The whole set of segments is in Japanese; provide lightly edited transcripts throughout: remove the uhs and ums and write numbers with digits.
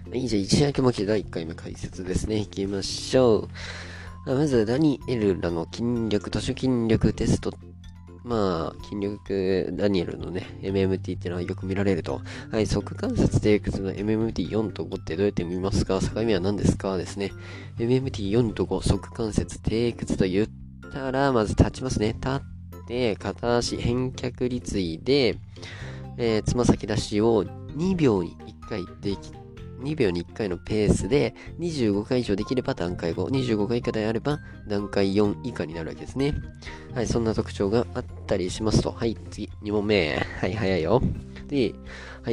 はい、じゃあ一夜明けまして第1回目解説ですね。いきましょう。まず、ダニエルらの筋力、都市筋力テスト。筋力、ダニエルのね、MMT っていうのはよく見られると。はい、側関節低屈の MMT4 と5ってどうやって見ますか？境目は何ですかですね。MMT4 と5、側関節低屈と言ったら、まず立ちますね。立って、片足返脚立位で、つま先出しを2秒に1回2秒に1回のペースで25回以上できれば段階5、25回以下であれば段階4以下になるわけですね。はい、そんな特徴があったりしますと。はい、次、2問目。はい、早いよ。で、はい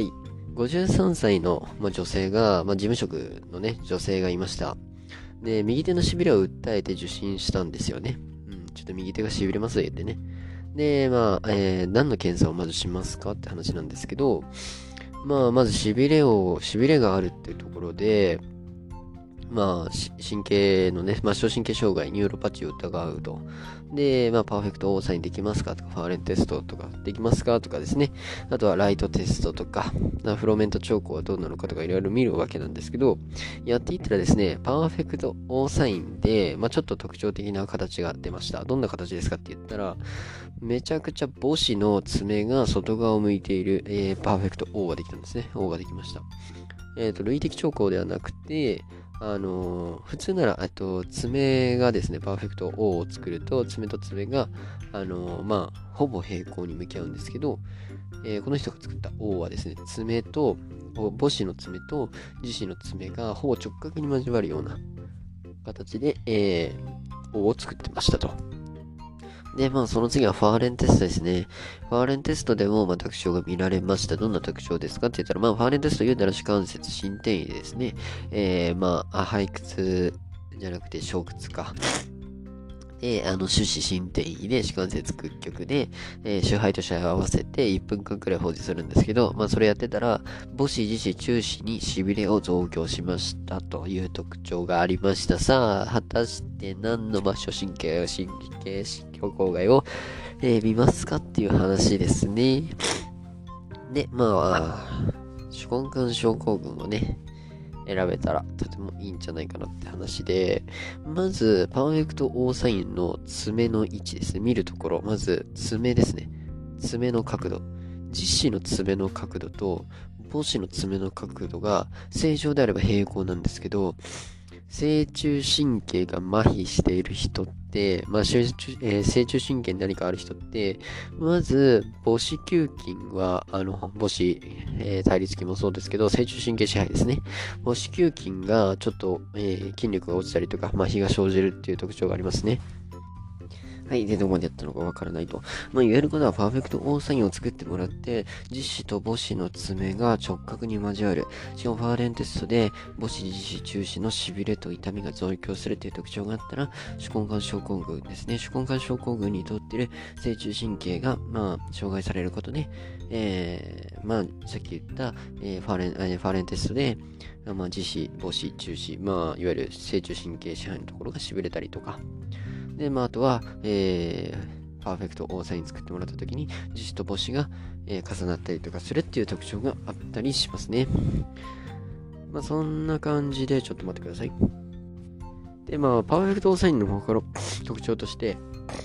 、53歳の、女性が、事務職のね、女性がいました。で、右手の痺れを訴えて受診したんですよね。ちょっと右手が痺れます言ってね。で、何の検査をまずしますかって話なんですけど、まず痺れがあるっていうところで、神経のね、末梢神経障害、ニューロパチを疑うと。で、パーフェクトオーサインできますかとか、ファーレンテストとかできますかとかですね。あとはライトテストとか、フローメント兆候はどうなのかとかいろいろ見るわけなんですけど、やっていったらですね、パーフェクトオーサインで、ちょっと特徴的な形が出ました。どんな形ですかって言ったら、めちゃくちゃ母子の爪が外側を向いている、パーフェクト O ができたんですね。O ができました。類的兆候ではなくて、普通なら、爪がですね、パーフェクト O を作ると、爪と爪が、ほぼ平行に向き合うんですけど、この人が作った O はですね、母子の爪と自子の爪がほぼ直角に交わるような形で、O を作ってましたと。で、その次はファーレンテストですね。ファーレンテストでも、特徴が見られました。どんな特徴ですかって言ったら、ファーレンテスト言うなら主関節、伸展位ですね。背屈じゃなくて小屈か。で、手指伸展位で主関節屈曲で、手背と手背を合わせて1分間くらい保持するんですけど、それやってたら、母子、自子、中指に痺れを増強しましたという特徴がありました。さあ、果たして何の末梢神経境界を、見ますかっていう話ですね。で、手根管症候群をね、選べたらとてもいいんじゃないかなって話で、まず、パーフェクトオーサインの爪の位置ですね。見るところ、まず、爪ですね。爪の角度。自子の爪の角度と母子の爪の角度が正常であれば平行なんですけど、正中神経が麻痺している人って、正中神経に何かある人って、まず、母子球筋は、母子、対立筋もそうですけど、正中神経支配ですね。母子球筋がちょっと、筋力が落ちたりとか、麻痺が生じるっていう特徴がありますね。はい。で、どこまでやったのかわからないと。言えることは、パーフェクトオーサインを作ってもらって、自子と母子の爪が直角に交わる。しかも、ファーレンテストで、母子、自子、中子の痺れと痛みが増強するという特徴があったら、手根管症候群ですね。手根管症候群にとっている正中神経が、障害されることで、さっき言った、ファーレンテストで、自子、母子、中子、いわゆる正中神経支配のところが痺れたりとか、で、あとは、パーフェクトオーサイン作ってもらったときに、自子と母子が、重なったりとかするっていう特徴があったりしますね。そんな感じで、ちょっと待ってください。で、パーフェクトオーサインの他の特徴として、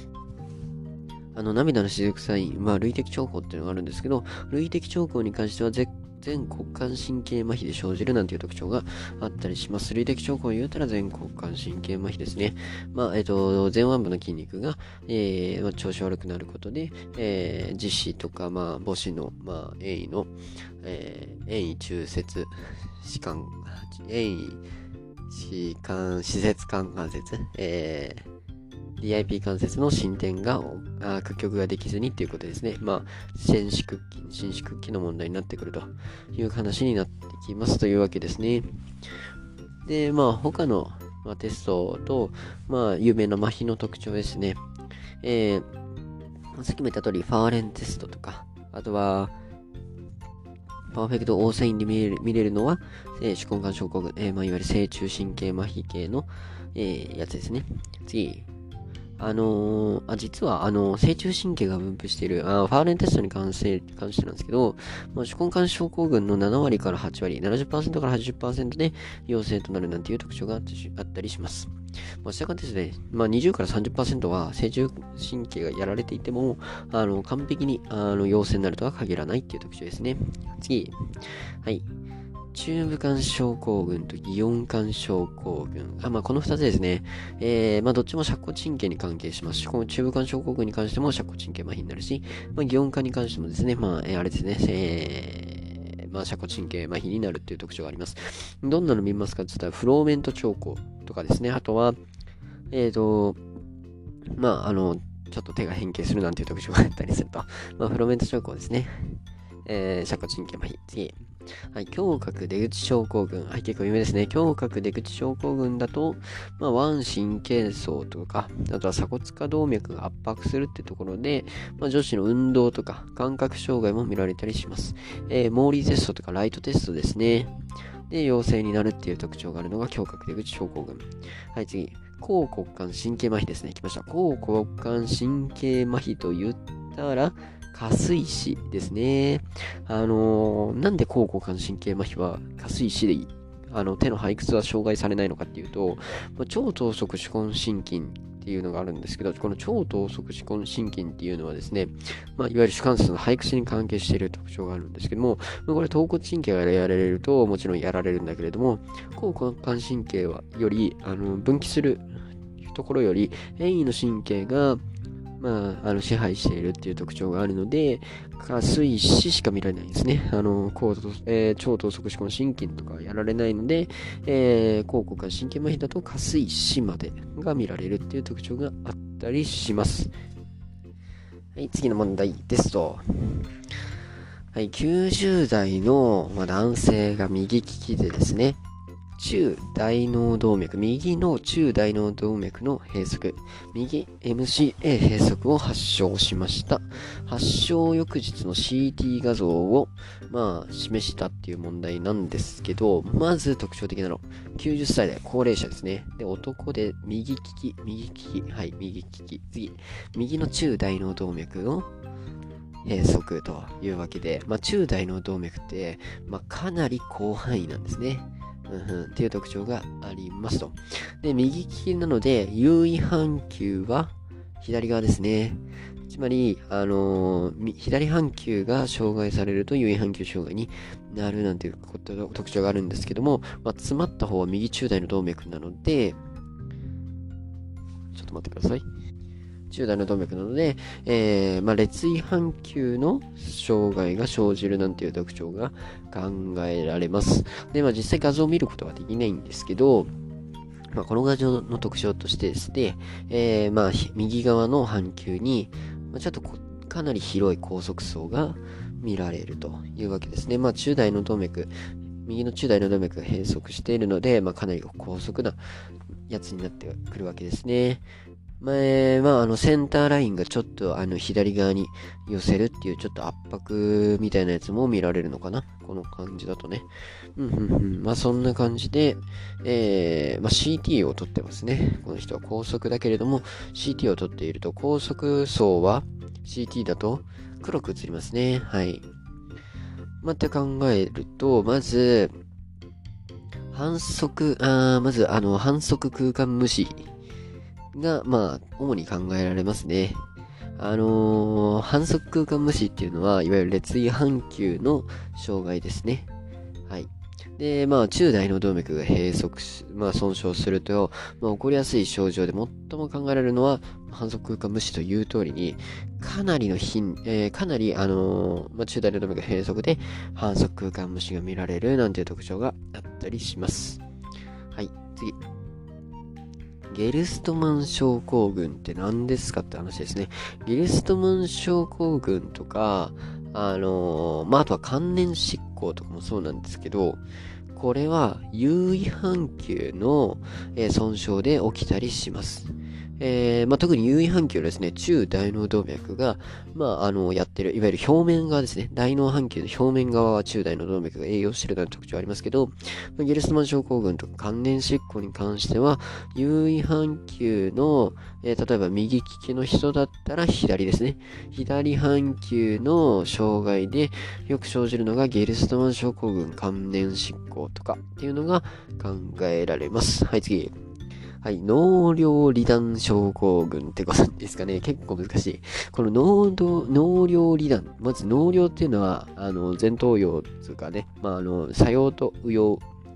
涙の雫サイン、類的兆候っていうのがあるんですけど、類的兆候に関しては全骨幹神経麻痺で生じるなんていう特徴があったりします。類的兆候を言うたら全骨幹神経麻痺ですね。前腕部の筋肉が、調子悪くなることで、自子とか、母子の、遠位の、遠位中節、遠位施設間関節、DIP 関節の進展が屈曲ができずにっていうことですね。伸縮期の問題になってくるという話になってきますというわけですね。で、他の、テストと、有名な麻痺の特徴ですね。さっきも言った通り、ファーレンテストとか、あとは、パーフェクトオーサインで見れるのは、手根管症候群、いわゆる正中神経麻痺系の、やつですね。次、 実は、正中神経が分布している、ファーレンテストに関してなんですけど、手根管症候群の7割から8割、70%から80%で陽性となるなんていう特徴があったりします。したがってですね、20から30%は正中神経がやられていても、完璧に、陽性になるとは限らないっていう特徴ですね。次。はい。中部間症候群と擬音間症候群。この2つですね。どっちも尺骨神経に関係しますし、この中部間症候群に関しても尺骨神経麻痺になるし、擬音間に関してもですね、あれですね、尺骨神経麻痺になるっていう特徴があります。どんなの見ますかって言ったら、フローメント兆候とかですね。あとは、ちょっと手が変形するなんていう特徴があったりすると。フローメント兆候ですね。尺骨神経麻痺。次。はい、胸郭出口症候群。はい、結構有名ですね。胸郭出口症候群だと、腕神経層とか、あとは鎖骨下動脈が圧迫するってところで、女子の運動とか感覚障害も見られたりします。モーリーテストとかライトテストですね。で、陽性になるっていう特徴があるのが胸郭出口症候群。はい、次。後骨幹神経麻痺ですね。来ました。後骨幹神経麻痺と言ったら、下垂死ですね。なんで後骨幹神経麻痺は下垂死で手の背屈は障害されないのかっていうと、超等速手根心筋っていうのがあるんですけど、この超等速手根心筋っていうのはですね、いわゆる主関節の背屈に関係している特徴があるんですけども、これ頭骨神経がやられるともちろんやられるんだけれども、後骨幹神経はより分岐するところより変異の神経が支配しているっていう特徴があるので、下垂死しか見られないんですね。超等速手根心筋とかやられないので、後骨幹神経麻痺だと下垂死までが見られるっていう特徴があったりします。はい、次の問題ですと。はい、90代の、男性が右利きでですね、中大脳動脈、右の中大脳動脈の閉塞、右 MCA 閉塞を発症しました。発症翌日の CT 画像を、示したっていう問題なんですけど、まず特徴的なの、90歳代、高齢者ですね。で、男で右利き、はい、右利き。次、右の中大脳動脈の閉塞というわけで、中大脳動脈って、かなり広範囲なんですね。っていう特徴がありますと。で、右利きなので、優位半球は左側ですね。つまり、左半球が障害されると優位半球障害になるなんていう特徴があるんですけども、詰まった方は右中大の動脈なので、ちょっと待ってください。中大の動脈なので、裂位半球の障害が生じるなんていう特徴が考えられます。で、実際画像を見ることはできないんですけど、この画像の特徴としてですね、右側の半球に、ちょっとかなり広い高速層が見られるというわけですね。中大の動脈、右の中大の動脈が閉塞しているので、かなり高速なやつになってくるわけですね。センターラインがちょっと左側に寄せるっていうちょっと圧迫みたいなやつも見られるのかな、この感じだとね。そんな感じで、CT を取ってますね。この人は高速だけれども、CT を取っていると、高速層は CT だと黒く映りますね。はい。って考えると、まず反則空間無視が、主に考えられますね。反則空間無視っていうのは、いわゆる裂位半球の障害ですね。はい。で、中大脳動脈が閉塞損傷すると、起こりやすい症状で最も考えられるのは、反則空間無視という通りに、かなり、中大脳動脈が閉塞で、反則空間無視が見られるなんていう特徴があったりします。はい、次。ゲルストマン症候群って何ですかって話ですね。ゲルストマン症候群とか、あとは関連執行とかもそうなんですけど、これは優位半球の、損傷で起きたりします。 特に有位半球ですね、中大脳動脈が、やってる、いわゆる表面側ですね、大脳半球の表面側は中大脳動脈が栄養しているような特徴ありますけど、ゲルスマン症候群とか関連疾患に関しては、有位半球の、例えば右利きの人だったら左ですね、左半球の障害でよく生じるのがゲルストマン症候群関連疾患とかっていうのが考えられます。はい、次。はい、脳梁離断症候群ってことですかね。結構難しい。この脳梁離断。まず脳梁っていうのは、前頭葉とかね、左葉と右葉、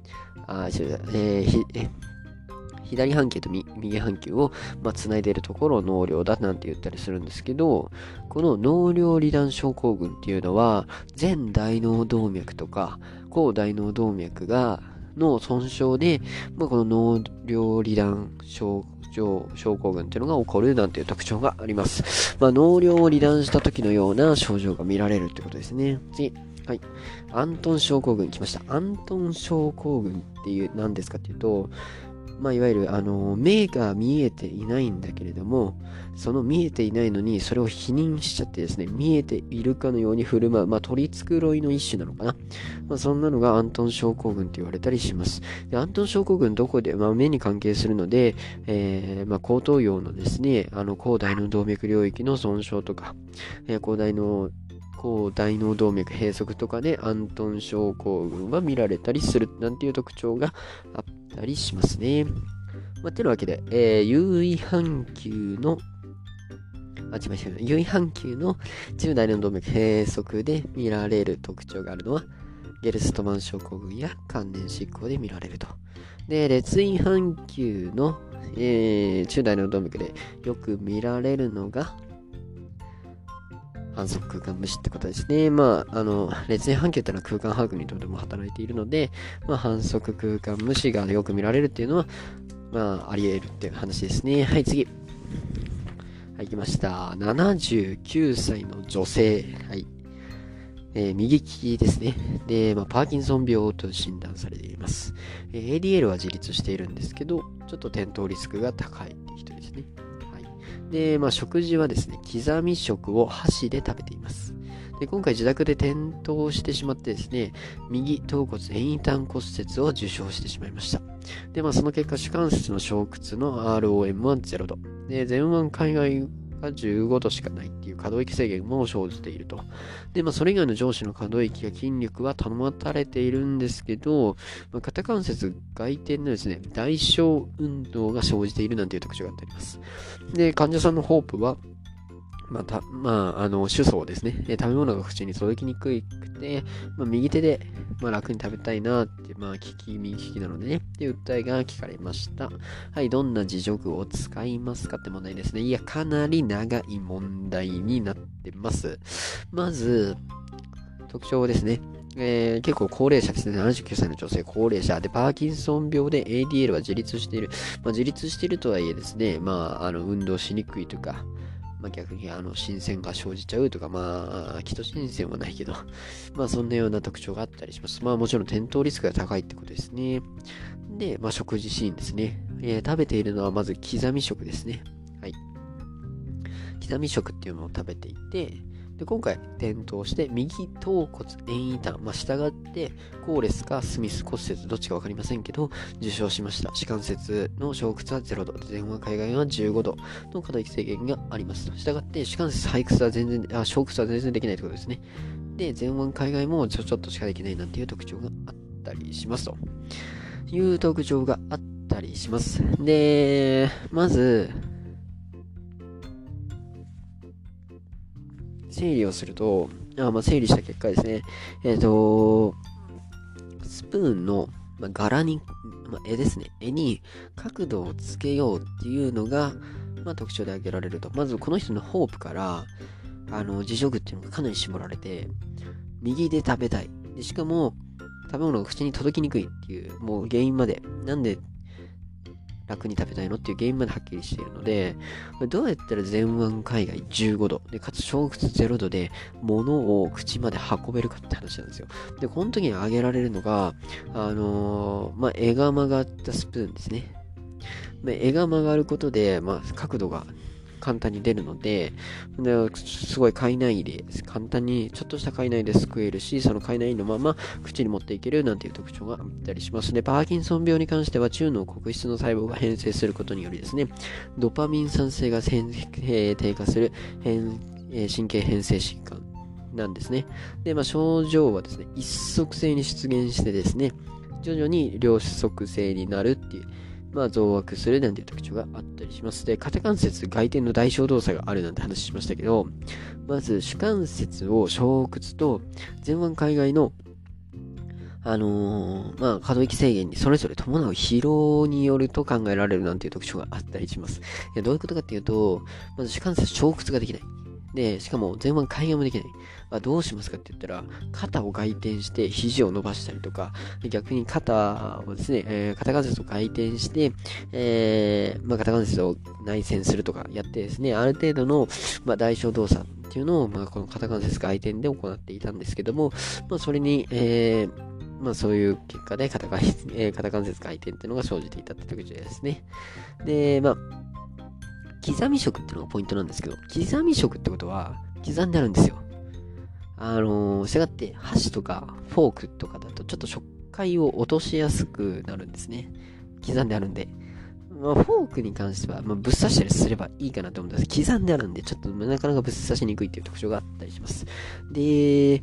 左半球と右半球を、つないでいるところを脳梁だなんて言ったりするんですけど、この脳梁離断症候群っていうのは、前大脳動脈とか、後大脳動脈の損傷で、この脳梁離断症候群っていうのが起こるなんていう特徴があります。脳梁を離断した時のような症状が見られるってことですね。次。はい。アントン症候群来ました。アントン症候群っていう何ですかっていうと、いわゆる目が見えていないんだけれども、その見えていないのにそれを否認しちゃってですね、見えているかのように振る舞う、取り繕いの一種なのかな。そんなのがアントン症候群と言われたりします。でアントン症候群どこで、目に関係するので、後頭葉のですね、後大脳動脈領域の損傷とか、後大脳動脈閉塞とかでアントン症候群が見られたりするなんていう特徴があったりしますね。てなわけで、有位半球の中大脳動脈閉塞で見られる特徴があるのはゲルストマン症候群や関連疾患で見られると。で、裂位半球の、中大脳動脈でよく見られるのが反則空間無視ってことですね。裂位半球ってのは空間把握にとても働いているので、反則空間無視がよく見られるっていうのは、あり得るっていう話ですね。はい、次。はい、来ました。79歳の女性。はい。右利きですね。で、パーキンソン病と診断されています。ADL は自立しているんですけど、ちょっと転倒リスクが高いって人ですね。で、食事はですね、刻み食を箸で食べています。で、今回自宅で転倒してしまってですね、右頭骨遠位端骨折を受傷してしまいました。で、その結果、主関節の小屈の ROM は0度。で、前腕海外が15度しかないっていう可動域制限も生じていると。で、それ以外の上肢の可動域や筋力は保たれているんですけど、肩関節外転のですね、代償運動が生じているなんていう特徴があります。で、患者さんのホープは、主訴ですね。食べ物が口に届きにくくて、右手で、楽に食べたいなって、右利きなのでね、っていう訴えが聞かれました。はい、どんな自助具を使いますかって問題ですね。いや、かなり長い問題になってます。まず、特徴ですね。結構高齢者ですね。79歳の女性、高齢者で、パーキンソン病で ADL は自立している。自立しているとはいえですね、運動しにくいとか、逆に新鮮が生じちゃうとか、基礎新鮮はないけど、そんなような特徴があったりします。もちろん転倒リスクが高いってことですね。で、食事シーンですね。食べているのはまず刻み食ですね。はい。刻み食っていうのを食べていて、で今回転倒して右頭骨遠位端、従ってコーレスかスミス骨折どっちか分かりませんけど受傷しました。主関節の小屈は0度、前腕海外は15度の可動域制限がありますと。したがって主関節背屈は小屈は全然できないということですね。で、前腕海外もちょっとしかできないなんていう特徴があったりしますという特徴があったりします。で、まず整理をすると、整理した結果ですね、スプーンの、柄に、柄ですね、柄に角度をつけようっていうのが、特徴で挙げられると。まずこの人のホープから、自助具っていうのがかなり絞られて、右で食べたい。でしかも、食べ物が口に届きにくいっていう、もう原因まで、なんで楽に食べたいのっていう原因まではっきりしているので、どうやったら前腕海外15度でかつ小屈0度で物を口まで運べるかって話なんですよ。で、この時に挙げられるのが、柄が曲がったスプーンですね。 柄が曲がることで、角度が簡単に出るので、すごい体内で、簡単にちょっとした体内ですくえるし、その体内のまま口に持っていけるなんていう特徴があったりしますね。パーキンソン病に関しては、中の黒質の細胞が変性することによりですね、ドパミン産生が低下する神経変性疾患なんですね。で、症状はですね、一足性に出現してですね、徐々に両足性になるっていう、増悪するなんていう特徴があったりします。で、肩関節外転の代償動作があるなんて話しましたけど、まず主関節を小屈と前腕海外の可動域制限にそれぞれ伴う疲労によると考えられるなんていう特徴があったりします。どういうことかっていうと、まず主関節小屈ができない。で、しかも前腕開眼もできない。どうしますかって言ったら、肩を外転して肘を伸ばしたりとか、逆に肩をですね、肩関節を回転して、肩関節を内旋するとかやってですね、ある程度の、代償動作っていうのを、この肩関節回転で行っていたんですけども、それに、そういう結果で肩関節回転っていうのが生じていたって特徴ですね。で、刻み色っていうのがポイントなんですけど、刻み色ってことは刻んであるんですよ。したがって箸とかフォークとかだとちょっと食感を落としやすくなるんですね。刻んであるんで。フォークに関しては、ぶっ刺したりすればいいかなと思うんです。刻んであるんで、ちょっとなかなかぶっ刺しにくいっていう特徴があったりします。で、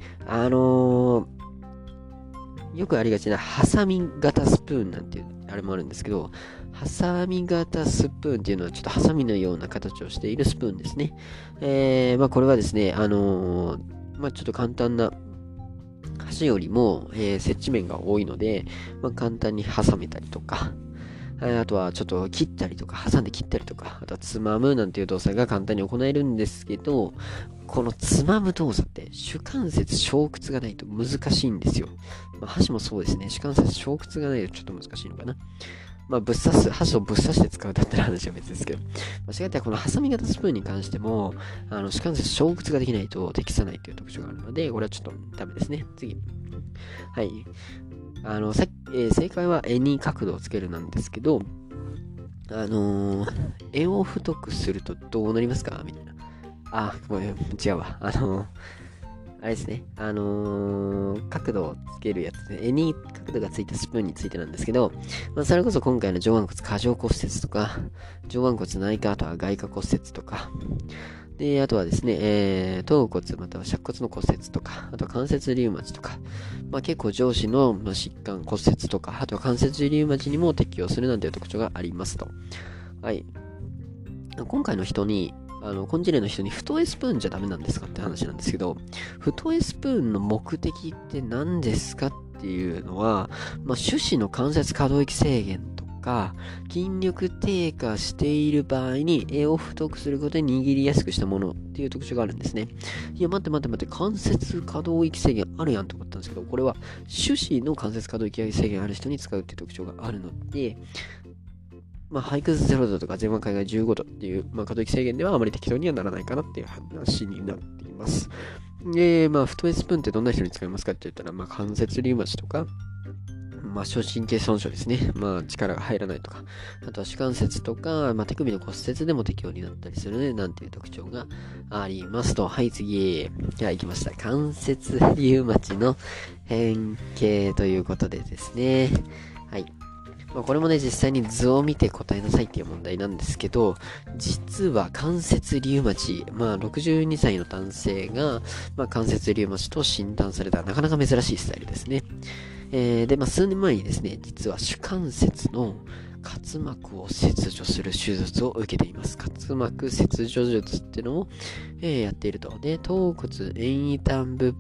よくありがちなハサミ型スプーンなんていうあれもあるんですけど、ハサミ型スプーンっていうのはちょっとハサミのような形をしているスプーンですね。これはですね、ちょっと簡単な箸よりも、接地面が多いので、簡単に挟めたりとか、あとはちょっと切ったりとか、挟んで切ったりとか、あとはつまむなんていう動作が簡単に行えるんですけど、このつまむ動作って主関節小屈がないと難しいんですよ。箸もそうですね。主関節小屈がないとちょっと難しいのかな。箸をぶっ刺して使うだったら話は別ですけど。間違ってはこのハサミ型スプーンに関しても、主関節小屈ができないと適さないという特徴があるので、これはちょっとダメですね。次。はい。正解は絵に角度をつけるなんですけど、絵を太くするとどうなりますかみたいな。ごめん、違うわ。あれですね。角度をつけるやつで、絵に角度がついたスプーンについてなんですけど、それこそ今回の上腕骨過剰骨折とか、上腕骨内科、あとは外科骨折とか、で、あとはですね、頭骨または尺骨の骨折とか、あとは関節リウマチとか、結構上肢の疾患、骨折とか、あとは関節リウマチにも適用するなんていう特徴がありますと。はい。今回の人に、根治例の人に太いスプーンじゃダメなんですかって話なんですけど、太いスプーンの目的って何ですかっていうのは、手指の関節可動域制限とか、筋力低下している場合に絵を太くすることで握りやすくしたものっていう特徴があるんですね。いや、待って、関節可動域制限あるやんと思ったんですけど、これは手指の関節可動域制限ある人に使うっていう特徴があるので、背屈0度とか前腕海外15度っていう、可動域制限ではあまり適当にはならないかなっていう話になっています。で、太いスプーンってどんな人に使いますかって言ったら、関節リウマチとか、小神経損傷ですね。力が入らないとか。あとは主関節とか、手首の骨折でも適用になったりするね、なんていう特徴がありますと。はい、次。じゃあ行きました。関節リウマチの変形ということでですね。はい。これもね、実際に図を見て答えなさいっていう問題なんですけど、実は関節リウマチ、62歳の男性が、関節リウマチと診断されたなかなか珍しいスタイルですね。で、数年前にですね、実は主関節の滑膜を切除する手術を受けています。滑膜切除術っていうのを、やっていると。で、頭骨遠位端部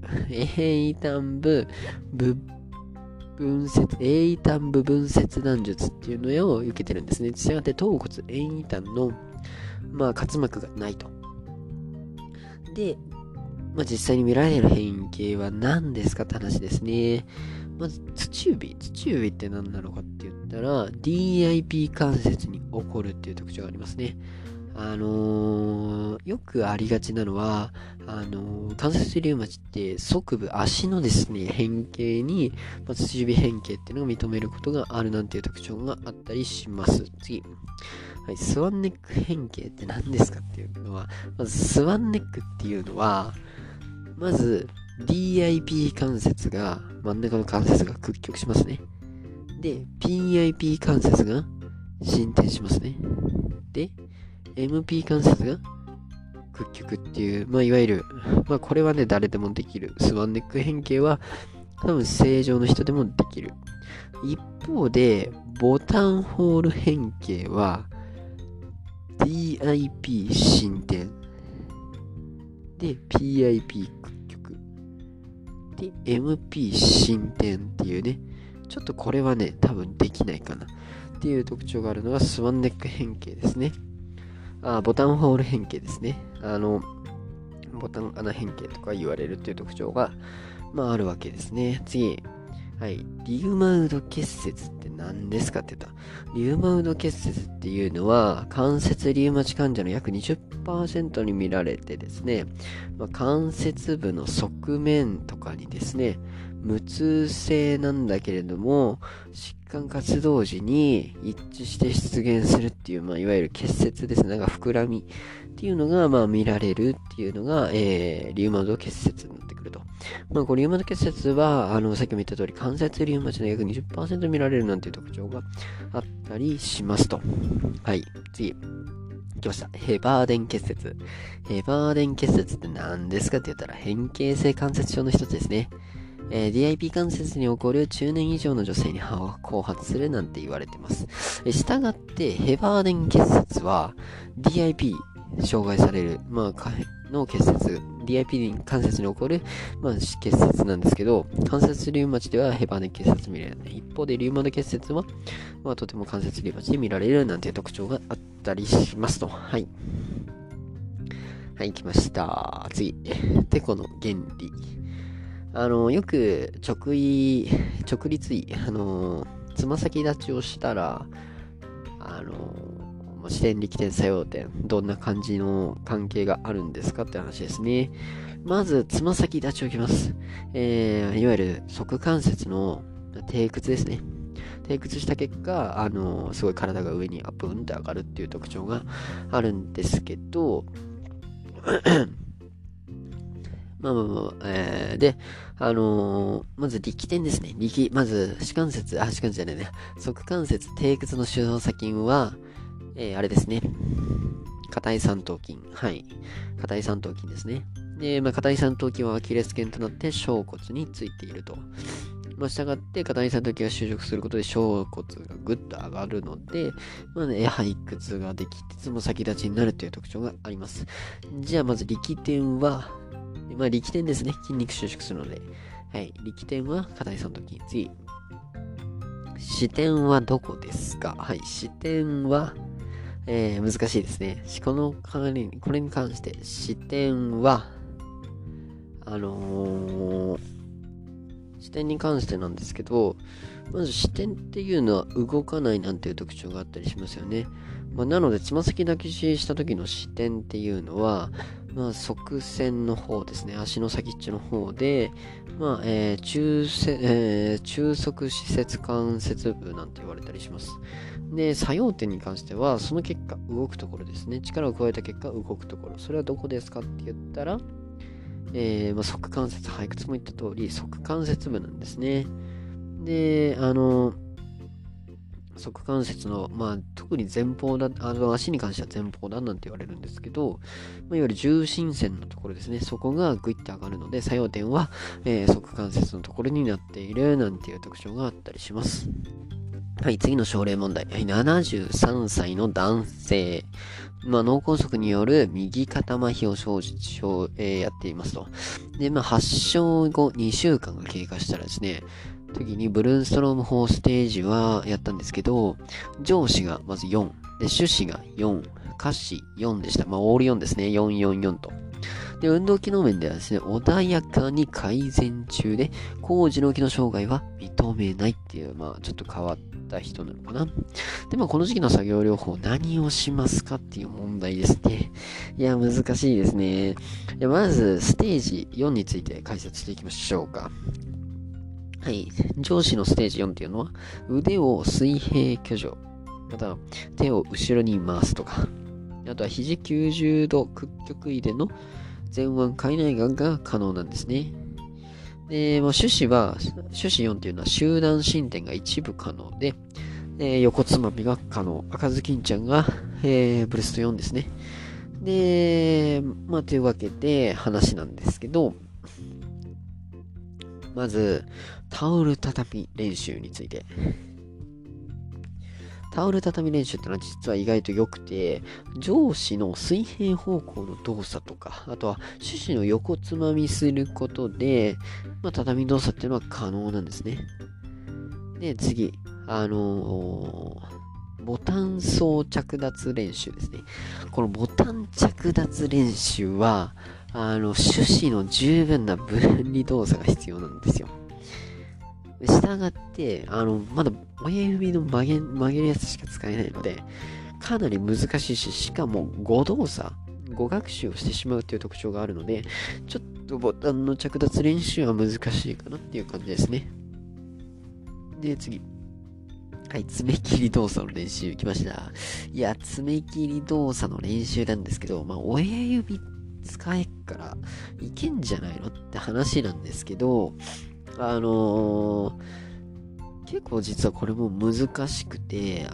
遠位端部分切断術っていうのを受けてるんですね。したがって頭骨遠位端の、滑膜がないと。で、実際に見られる変形は何ですかって話ですね。まず、土指って何なのかって言ったら、DIP 関節に起こるっていう特徴がありますね。 よくありがちなのは、関節リウマチって側部、足のですね、変形に、土指変形っていうのを認めることがあるなんていう特徴があったりします。次。はい、スワンネック変形って何ですかっていうのは、まずスワンネックっていうのは、まず DIP 関節が、真ん中の関節が屈曲しますね。で、PIP 関節が伸展しますね。で、MP 関節が屈曲っていう、いわゆる、これはね、誰でもできる。スワンネック変形は、多分正常の人でもできる。一方で、ボタンホール変形は、DIP 伸展。で、PIP 屈曲。で、MP 伸展っていうね、ちょっとこれはね、多分できないかな。っていう特徴があるのがスワンネック変形ですね。ボタンホール変形ですね。ボタン穴変形とか言われるっていう特徴が、あるわけですね。次。はい。リウマウド結節って何ですかって言った。リウマウド結節っていうのは、関節リウマチ患者の約 20% に見られてですね、関節部の側面とかにですね、無痛性なんだけれども、疾患活動時に一致して出現するっていう、いわゆる結節ですね。なんか膨らみっていうのが、見られるっていうのが、リウマウド結節になってくると。これリウマウド結節は、さっきも言った通り、関節リウマチの約 20% 見られるなんていう特徴があったりしますと。はい、次。来ました。ヘバーデン結節。ヘバーデン結節って何ですかって言ったら、変形性関節症の一つですね。DIP 関節に起こる中年以上の女性に歯を後発するなんて言われています。したがって、ヘバーデン結節は DIP 障害される、の結節、DIP 関節に起こる、結節なんですけど、関節リウマチではヘバーデン結節見られない。一方でリウマチ結節は、とても関節リウマチで見られるなんていう特徴があったりしますと。はい。はい、来ました。次。テコの原理。よく直立位、つま先立ちをしたら、支点力点作用点、どんな感じの関係があるんですかって話ですね。まず、つま先立ちをきます。いわゆる側関節の低屈ですね。低屈した結果、すごい体が上にアップンって上がるっていう特徴があるんですけど、で、まず力点ですね。まず、側関節じゃないね。側関節低屈の周作筋は、あれですね。硬い三頭筋。はい。硬い三頭筋ですね。で、硬い三頭筋はアキレス腱となって小骨についていると。したがって、硬い三頭筋が収縮することで小骨がぐっと上がるので、背屈ができて、つま先立ちになるという特徴があります。じゃあ、まず力点は、力点ですね。筋肉収縮するので。はい。力点は硬い三頭筋。次。支点はどこですか？はい。支点は、難しいですね。これに関して、支点は、視点に関してなんですけど、まず視点っていうのは動かないなんていう特徴があったりしますよね。なので、つま先立ちした時の視点っていうのは、側線の方ですね。足の先っちょの方で、中側施設関節部なんて言われたりします。で、作用点に関しては、その結果動くところですね。力を加えた結果動くところ。それはどこですかって言ったら、側関節、いくつも言った通り、側関節部なんですね。で、側関節の、特に前方だ、足に関しては前方だなんて言われるんですけど、いわゆる重心線のところですね。そこがグイッと上がるので、作用点は、側関節のところになっているなんていう特徴があったりします。はい、次の症例問題。はい、73歳の男性。脳梗塞による右肩麻痺をやっていますと。で、発症後2週間が経過したらですね、時にブルーストローム法ステージはやったんですけど、上肢がまず4、で、主肢が4、下肢4でした。オール4ですね。444と。 で、運動機能面ではですね、穏やかに改善中で、高次脳機能障害は認めないっていう、ちょっと変わった人なのかな。で、この時期の作業療法、何をしますかっていう問題ですね。いや、難しいですね。まず、ステージ4について解説していきましょうか。はい。上肢のステージ4っていうのは、腕を水平挙上、または手を後ろに回すとか、あとは肘90度屈曲位での前腕海内側が可能なんですね。で、手指4っていうのは集団伸展が一部可能で、横つまみが可能。赤ずきんちゃんが、ブレスト4ですね。で、というわけで話なんですけど、まず、タオル畳練習について。タオル畳練習ってのは実は意外と良くて、上肢の水平方向の動作とか、あとは手指の横つまみすることで、畳動作っていうのは可能なんですね。で、次、ボタン装着脱練習ですね。このボタン着脱練習は、手指の十分な分離動作が必要なんですよ。したがって、まだ親指の曲げるやつしか使えないので、かなり難しいし、しかも誤動作、誤学習をしてしまうという特徴があるので、ちょっとボタンの着脱練習は難しいかなっていう感じですね。で、次。はい、爪切り動作の練習来ました。いや、爪切り動作の練習なんですけど、親指使えっからいけんじゃないのって話なんですけど、結構実はこれも難しくて、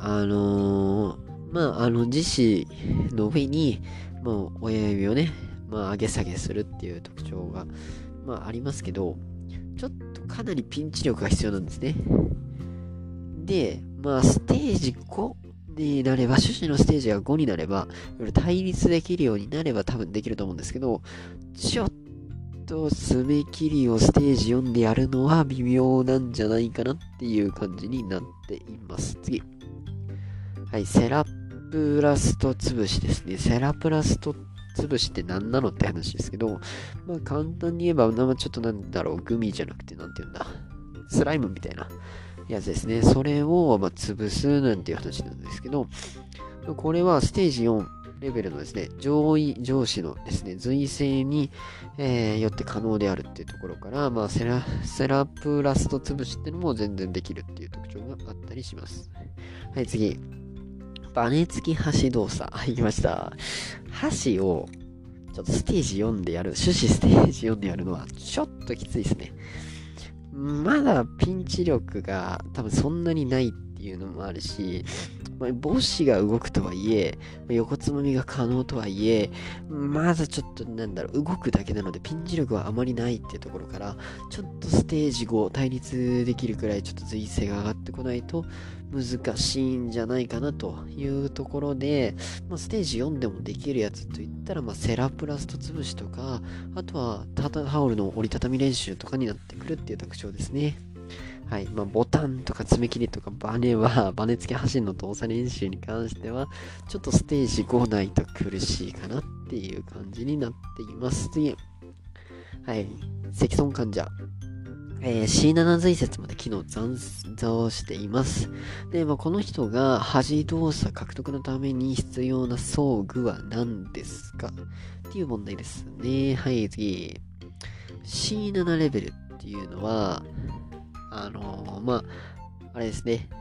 自肢の上に、親指をね、上げ下げするっていう特徴が、ありますけど、ちょっとかなりピンチ力が必要なんですね。で、ステージ5になれば、手指のステージが5になれば、対立できるようになれば多分できると思うんですけど、ちょっと爪切りをステージ4でやるのは微妙なんじゃないかなっていう感じになっています。次。はい、セラプラスト潰しですね。セラプラスト潰しって何なのって話ですけど、簡単に言えば、ちょっとグミじゃなくて、スライムみたいなやつですね。それを、潰すなんていう話なんですけど、これはステージ4レベルのですね、上肢のですね、髄性に、よって可能であるっていうところから、セラプラスト潰しっていうのも全然できるっていう特徴があったりします。はい、次。バネ付き箸動作。はい、きました。箸を、ちょっとステージ4でやる、手指ステージ4でやるのは、ちょっときついですね。まだピンチ力が多分そんなにないっていうのもあるし、母子が動くとはいえ、横つまみが可能とはいえ、まだちょっと動くだけなのでピンチ力はあまりないっていうところから、ちょっとステージ5対立できるくらいちょっと髄性が上がってこないと難しいんじゃないかなというところで、ステージ4でもできるやつといったら、セラプラスト潰しとか、あとはタオルの折りたたみ練習とかになってくるっていう特徴ですね。はい。ボタンとか爪切りとかバネ付き走るの動作練習に関しては、ちょっとステージ5ないと苦しいかなっていう感じになっています。次。はい。積損患者。C7 髄節まで機能残像しています。で、この人が端動作獲得のために必要な装具は何ですかっていう問題ですね。はい、次。C7 レベルっていうのは、あれですね。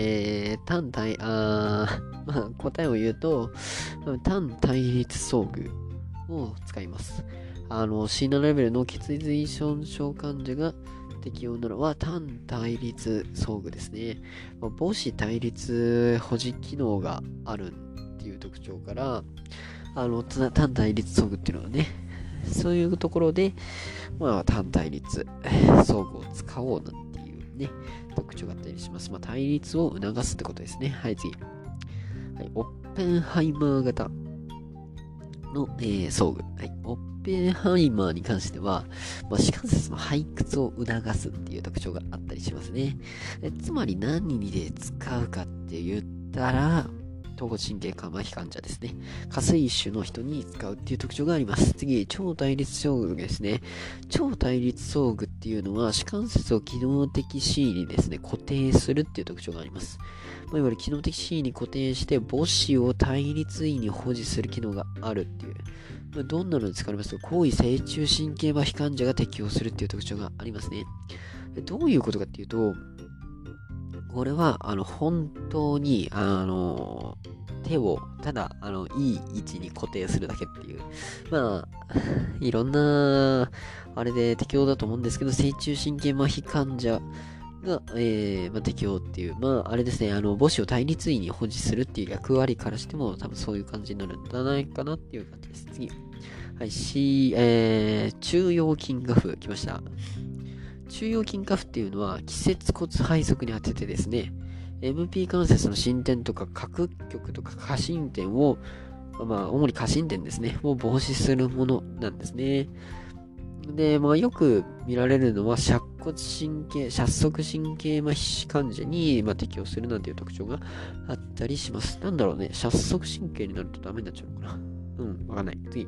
答えを言うと、単対立装具を使います。C7 レベルの血液依存症患者が適用なのは単対立装具ですね。母子対立保持機能があるっていう特徴から、単対立装具っていうのはね、そういうところで、単対立装具を使おうなんていうね、特徴があったりします。対立を促すってことですね。はい、次。はい、オッペンハイマー型の、装具。はい、オッペンハイマーに関しては、歯関節の背屈を促すっていう特徴があったりしますね。つまり何で使うかって言ったら、 統合神経麻痺患者ですね。下垂種の人に使うっていう特徴があります。次、超対立相具ですね。超対立相具っていうのは、歯関節を機能的 C にですね、固定するっていう特徴があります。いわゆる機能的 C に固定して母子を対立位に保持する機能があるっていう。どんなのに使われますと、高位正中神経麻痺患者が適用するっていう特徴がありますね。どういうことかっていうと、これは、本当に、手を、ただ、いい位置に固定するだけっていう。いろんな、あれで適用だと思うんですけど、正中神経麻痺患者が、適用っていう、あれですね、母子を対立位に保持するっていう役割からしても、多分そういう感じになるんじゃないかなっていう感じです。次。はい、中腰筋下腹来ました。中腰筋下腹っていうのは、季節骨背側に当ててですね、MP 関節の伸展とか、角極とか過伸展を、主に過伸展ですね、を防止するものなんですね。で、よく見られるのは、尺足神経麻痺患者に、適用するなんていう特徴があったりします。なんだろうね、尺足神経になるとダメになっちゃうのかな。わかんない。次。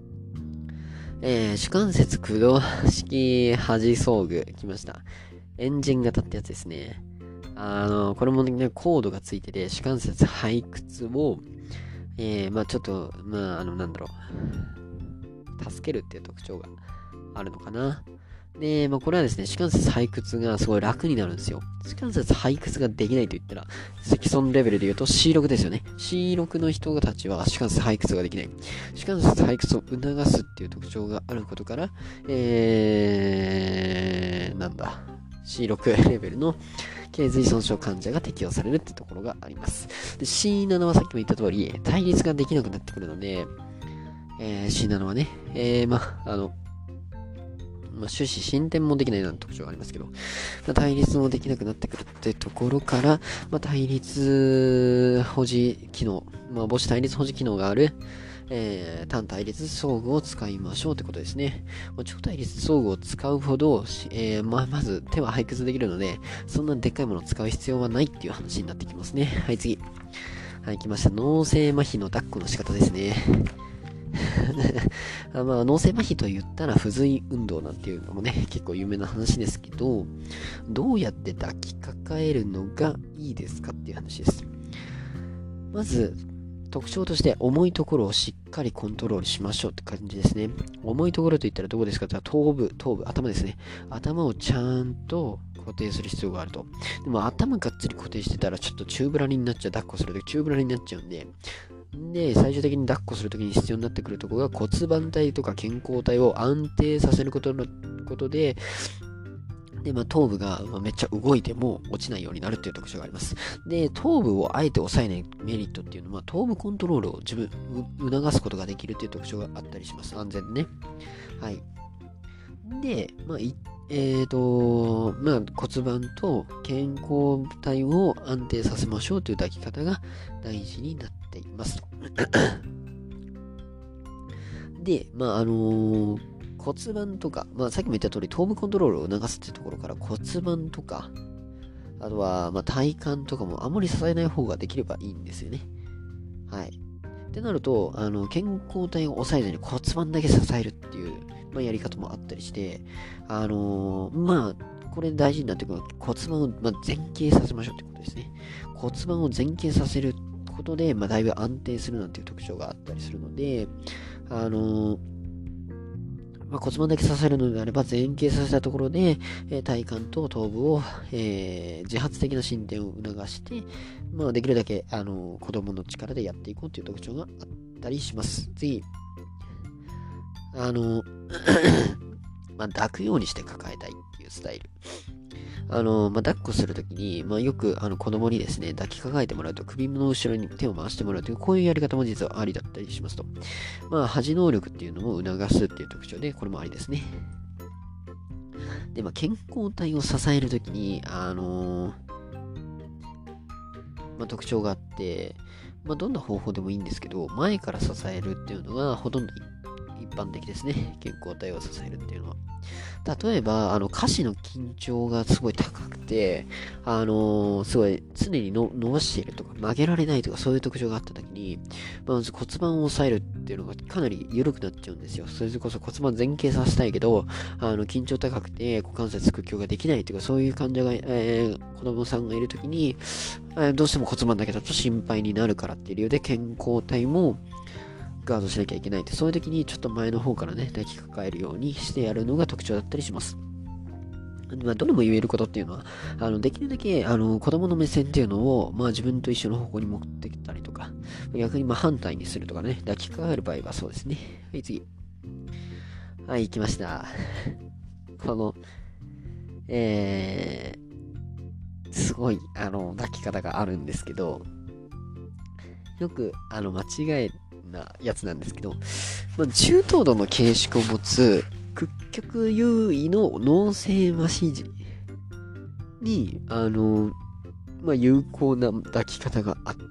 主関節駆動式端装具来ました。エンジン型ってやつですね。これもね、コードがついてて、主関節背屈を、ちょっと、なんだろう、助けるっていう特徴があるのかな。で、これはですね、主関節背屈がすごい楽になるんですよ。主関節背屈ができないと言ったら、積損レベルで言うと C6 ですよね。C6 の人たちは主関節背屈ができない。主関節背屈を促すっていう特徴があることから、C6 レベルの頸髄損傷患者が適用されるってところがあります。で、C7 はさっきも言った通り、対立ができなくなってくるので、C7 はね、終始進展もできないような特徴がありますけど、対立もできなくなってくるってところから、対立保持機能、母子対立保持機能がある、単対立装具を使いましょうってことですね。超対立装具を使うほど、まず手は背屈できるので、そんなでっかいものを使う必要はないっていう話になってきますね。はい、次。はい、来ました。脳性麻痺の抱っこの仕方ですね。脳性麻痺と言ったら不随運動なんていうのもね、結構有名な話ですけど、どうやって抱きかかえるのがいいですかっていう話です。まず、特徴として重いところをしっかりコントロールしましょうって感じですね。重いところといったらどこですかと頭部、頭ですね。頭をちゃんと固定する必要があると。でも頭がっつり固定してたらちょっと宙ぶらりになっちゃう、抱っこするとき宙ぶらりになっちゃうんで、最終的に抱っこするときに必要になってくるところが骨盤体とか健康体を安定させることで、頭部がめっちゃ動いても落ちないようになるっていう特徴があります。で、頭部をあえて抑えないメリットっていうのは、頭部コントロールを促すことができるっていう特徴があったりします。安全でね。はい。で、骨盤と健康体を安定させましょうという抱き方が大事になっていますと。で、骨盤とか、さっきも言った通り頭部コントロールを促すっていうところから骨盤とか、あとは、体幹とかもあまり支えない方ができればいいんですよね。はい。ってなると、健康体を抑えずに骨盤だけ支えるっていう、やり方もあったりして、これ大事になってくる骨盤を、前傾させましょうってことですね。骨盤を前傾させることで、だいぶ安定するなんていう特徴があったりするので、骨盤だけ支えるのであれば前傾させたところで、体幹と頭部を、自発的な進展を促して、できるだけ子供の力でやっていこうという特徴があったりします。次、抱くようにして抱えたいっていうスタイル。抱っこするときに、よく子供にですね、抱きかかえてもらうと首の後ろに手を回してもらうという、こういうやり方も実はありだったりしますと。端能力っていうのも促すっていう特徴で、これもありですね。で、健康体を支えるときに、特徴があって、どんな方法でもいいんですけど、前から支えるっていうのがほとんど一般的ですね。健康体を支えるっていうのは。 例えば、歌詞の緊張がすごい高くて、すごい常に伸ばしているとか、曲げられないとか、そういう特徴があった時に、まず骨盤を押さえるっていうのがかなり緩くなっちゃうんですよ。それこそ骨盤前傾させたいけど、緊張高くて股関節屈強ができないというか、そういう患者が、子供さんがいる時に、どうしても骨盤だけだと心配になるからっていう理由で健康体もガードしなきゃいけないって、そういう時にちょっと前の方からね、抱きかかえるようにしてやるのが特徴だったりします。まあ、どれも言えることっていうのは、できるだけ、子供の目線っていうのを、まあ、自分と一緒の方向に持ってきたりとか、逆にまあ反対にするとかね、抱きかかえる場合はそうですね。はい、次。はい、行きました。この、すごい、抱き方があるんですけど、よく、間違いなやつなんですけど、まあ、中等度の軽縮を持つ屈曲優位の脳性麻痺時に、まあ、有効な抱き方があって、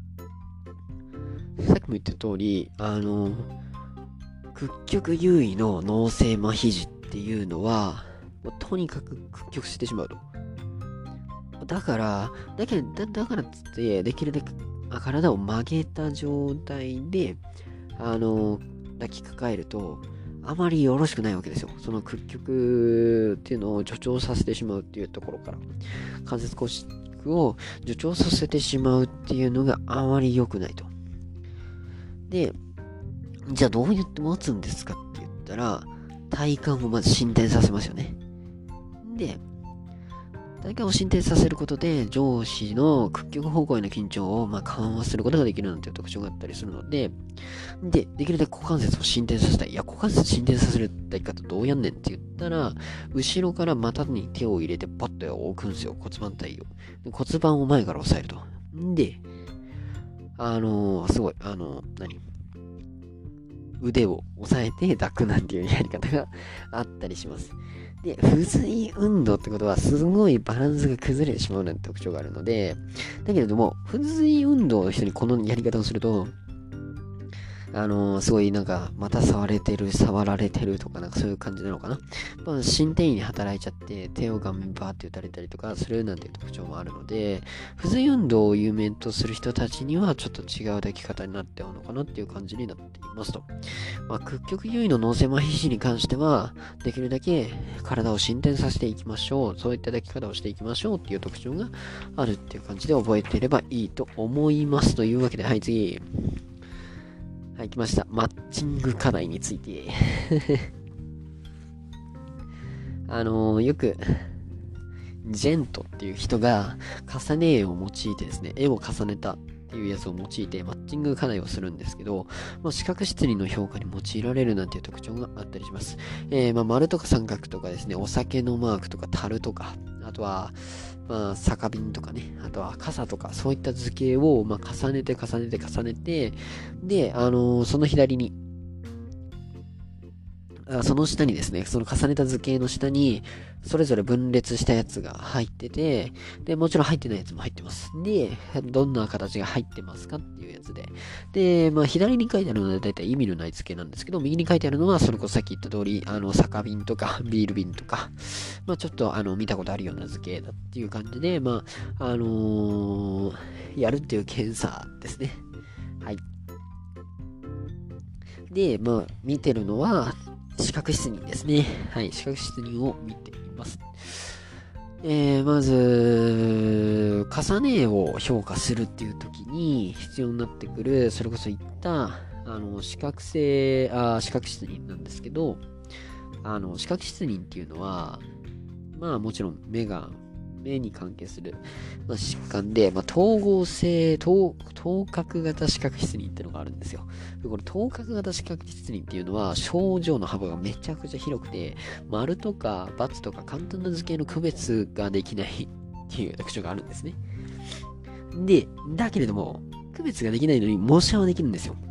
さっきも言った通り、屈曲優位の脳性麻痺時っていうのは、もうとにかく屈曲してしまうと。だからっつって、できるだけ体を曲げた状態で、抱きかかえると、あまりよろしくないわけですよ。その屈曲っていうのを助長させてしまうっていうところから、関節拘縮を助長させてしまうっていうのがあまり良くないと。で、じゃあどうやって持つんですかって言ったら、体幹をまず伸展させますよね。で、体幹を伸展させることで上肢の屈曲方向への緊張を緩和することができるなんていう特徴があったりするので、できるだけ股関節を伸展させたい。いや、股関節伸展させる抱き方どうやんねんって言ったら、後ろから股に手を入れてパッと置くんですよ。骨盤体を。で骨盤を前から押さえると。で、すごい、腕を押さえて抱くなんていうやり方があったりします。で、不随運動ってことはすごいバランスが崩れてしまうなんて特徴があるので、だけれども、不随運動の人にこのやり方をすると、すごいまた触られてるとかそういう感じなのかな。まあ、心転移に働いちゃって、手を顔面バーって打たれたりとかするなんていう特徴もあるので、不随運動を有名とする人たちにはちょっと違う抱き方になってるのかなっていう感じになっていますと。まあ、屈曲優位の脳性麻痺時に関しては、できるだけ体を伸展させていきましょう。そういった抱き方をしていきましょうっていう特徴があるっていう感じで覚えていればいいと思います。というわけで、はい次。はい、来ました。マッチング課題について。よく、ジェントっていう人が重ね絵を用いてですね、絵を重ねたっていうやつを用いてマッチング課題をするんですけど、視覚質理の評価に用いられるなんていう特徴があったりします。丸とか三角とかですね、お酒のマークとか樽とか、あとは、酒瓶とかね、あとは傘とか、そういった図形を、重ねて、で、その左に、その下にですね、その重ねた図形の下に、それぞれ分裂したやつが入ってて、で、もちろん入ってないやつも入ってます。で、どんな形が入ってますかっていうやつで。で、左に書いてあるのはだいたい意味のない図形なんですけど、右に書いてあるのは、それこそさっき言った通り、酒瓶とか、ビール瓶とか、ちょっと、見たことあるような図形だっていう感じで、やるっていう検査ですね。はい。で、見てるのは、視覚失認ですね。はい、視覚失認を見ています。ま視覚するっていう時に必要になってくる、それこそ言った、視覚失認なんですけど、視覚失認っていうのは、もちろん目に関係する、疾患で、統合性、頭角型視覚失認っていうのがあるんですよ。これ頭角型視覚失認っていうのは症状の幅がめちゃくちゃ広くて、丸とか×とか簡単な図形の区別ができないっていう特徴があるんですね。で、だけれども、区別ができないのに模写はできるんですよ。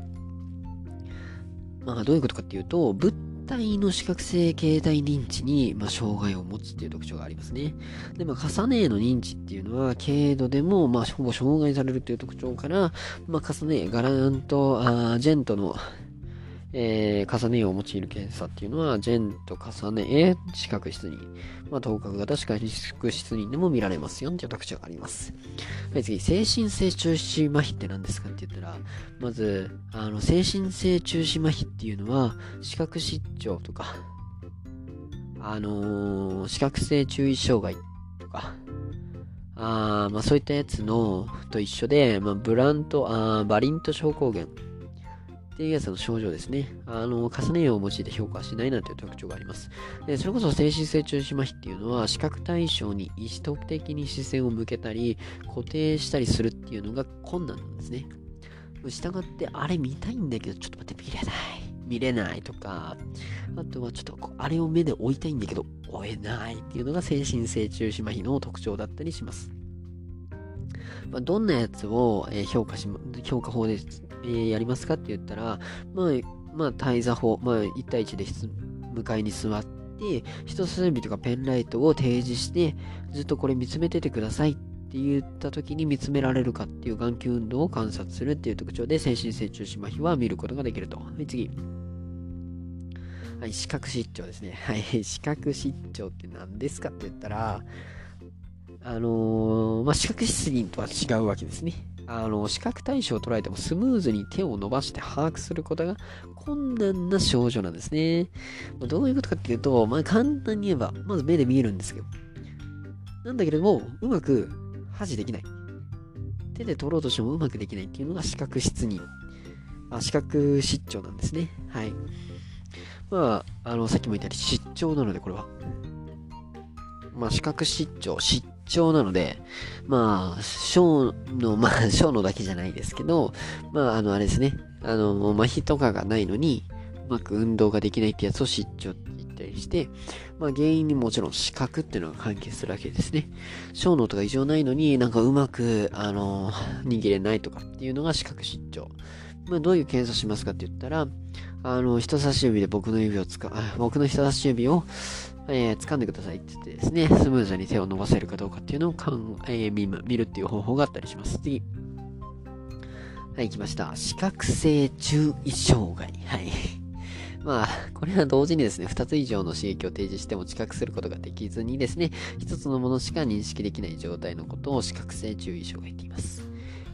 どういうことかっていうと、物体の視覚性形態認知に、障害を持つっていう特徴がありますね。で、重ね絵の認知っていうのは、軽度でも、ほぼ障害されるっていう特徴から、重ね絵、ガランと、ジェントの、 重ね絵を用いる検査っていうのは、ジェンと重ね絵、視覚失認。頭角型視覚失認でも見られますよっていう特徴があります。はい、次、精神性中止麻痺って何ですかって言ったら、まず、精神性中止麻痺っていうのは、視覚失調とか、視覚性注意障害とか、そういったやつと一緒で、バリント症候群っていうやつの症状ですね。重ね絵を用いて評価しないなんていう特徴があります。で、それこそ精神性中止麻痺っていうのは、視覚対象に意思的に視線を向けたり、固定したりするっていうのが困難なんですね。したがって、あれ見たいんだけど、ちょっと待って、見れないとか、あとはちょっとあれを目で追いたいんだけど、追えないっていうのが精神性中止麻痺の特徴だったりします。どんなやつを、評価法で、やりますかって言ったら、対座法、1対1で向かいに座って、人差し指とかペンライトを提示して、ずっとこれ見つめててくださいって言った時に見つめられるかっていう眼球運動を観察するっていう特徴で、精神性中止麻痺は見ることができると。はい、次。はい、視覚失調ですね。はい、視覚失調って何ですかって言ったら、視覚失認とは違うわけですね。視覚対象を捉えてもスムーズに手を伸ばして把握することが困難な症状なんですね。どういうことかっていうと、簡単に言えば、まず目で見えるんですけど、なんだけれども、うまく保持できない。手で取ろうとしてもうまくできないっていうのが視覚失認。視覚失調なんですね。はい。さっきも言ったように失調なので、これは。視覚失調なので、小のだけじゃないですけど、あれですね、麻痺とかがないのに、うまく運動ができないってやつを失調って言ったりして、原因にもちろん視覚っていうのが関係するわけですね。小脳とか異常ないのになんかうまく、握れないとかっていうのが視覚失調。どういう検査しますかって言ったら、人差し指で僕の人差し指を、掴んでくださいって言ってですね、スムーズに手を伸ばせるかどうかっていうのを見るっていう方法があったりします。次。はい、来ました。視覚性注意障害。はい。これは同時にですね、2つ以上の刺激を提示しても知覚することができずにですね、1つのものしか認識できない状態のことを視覚性注意障害って言います。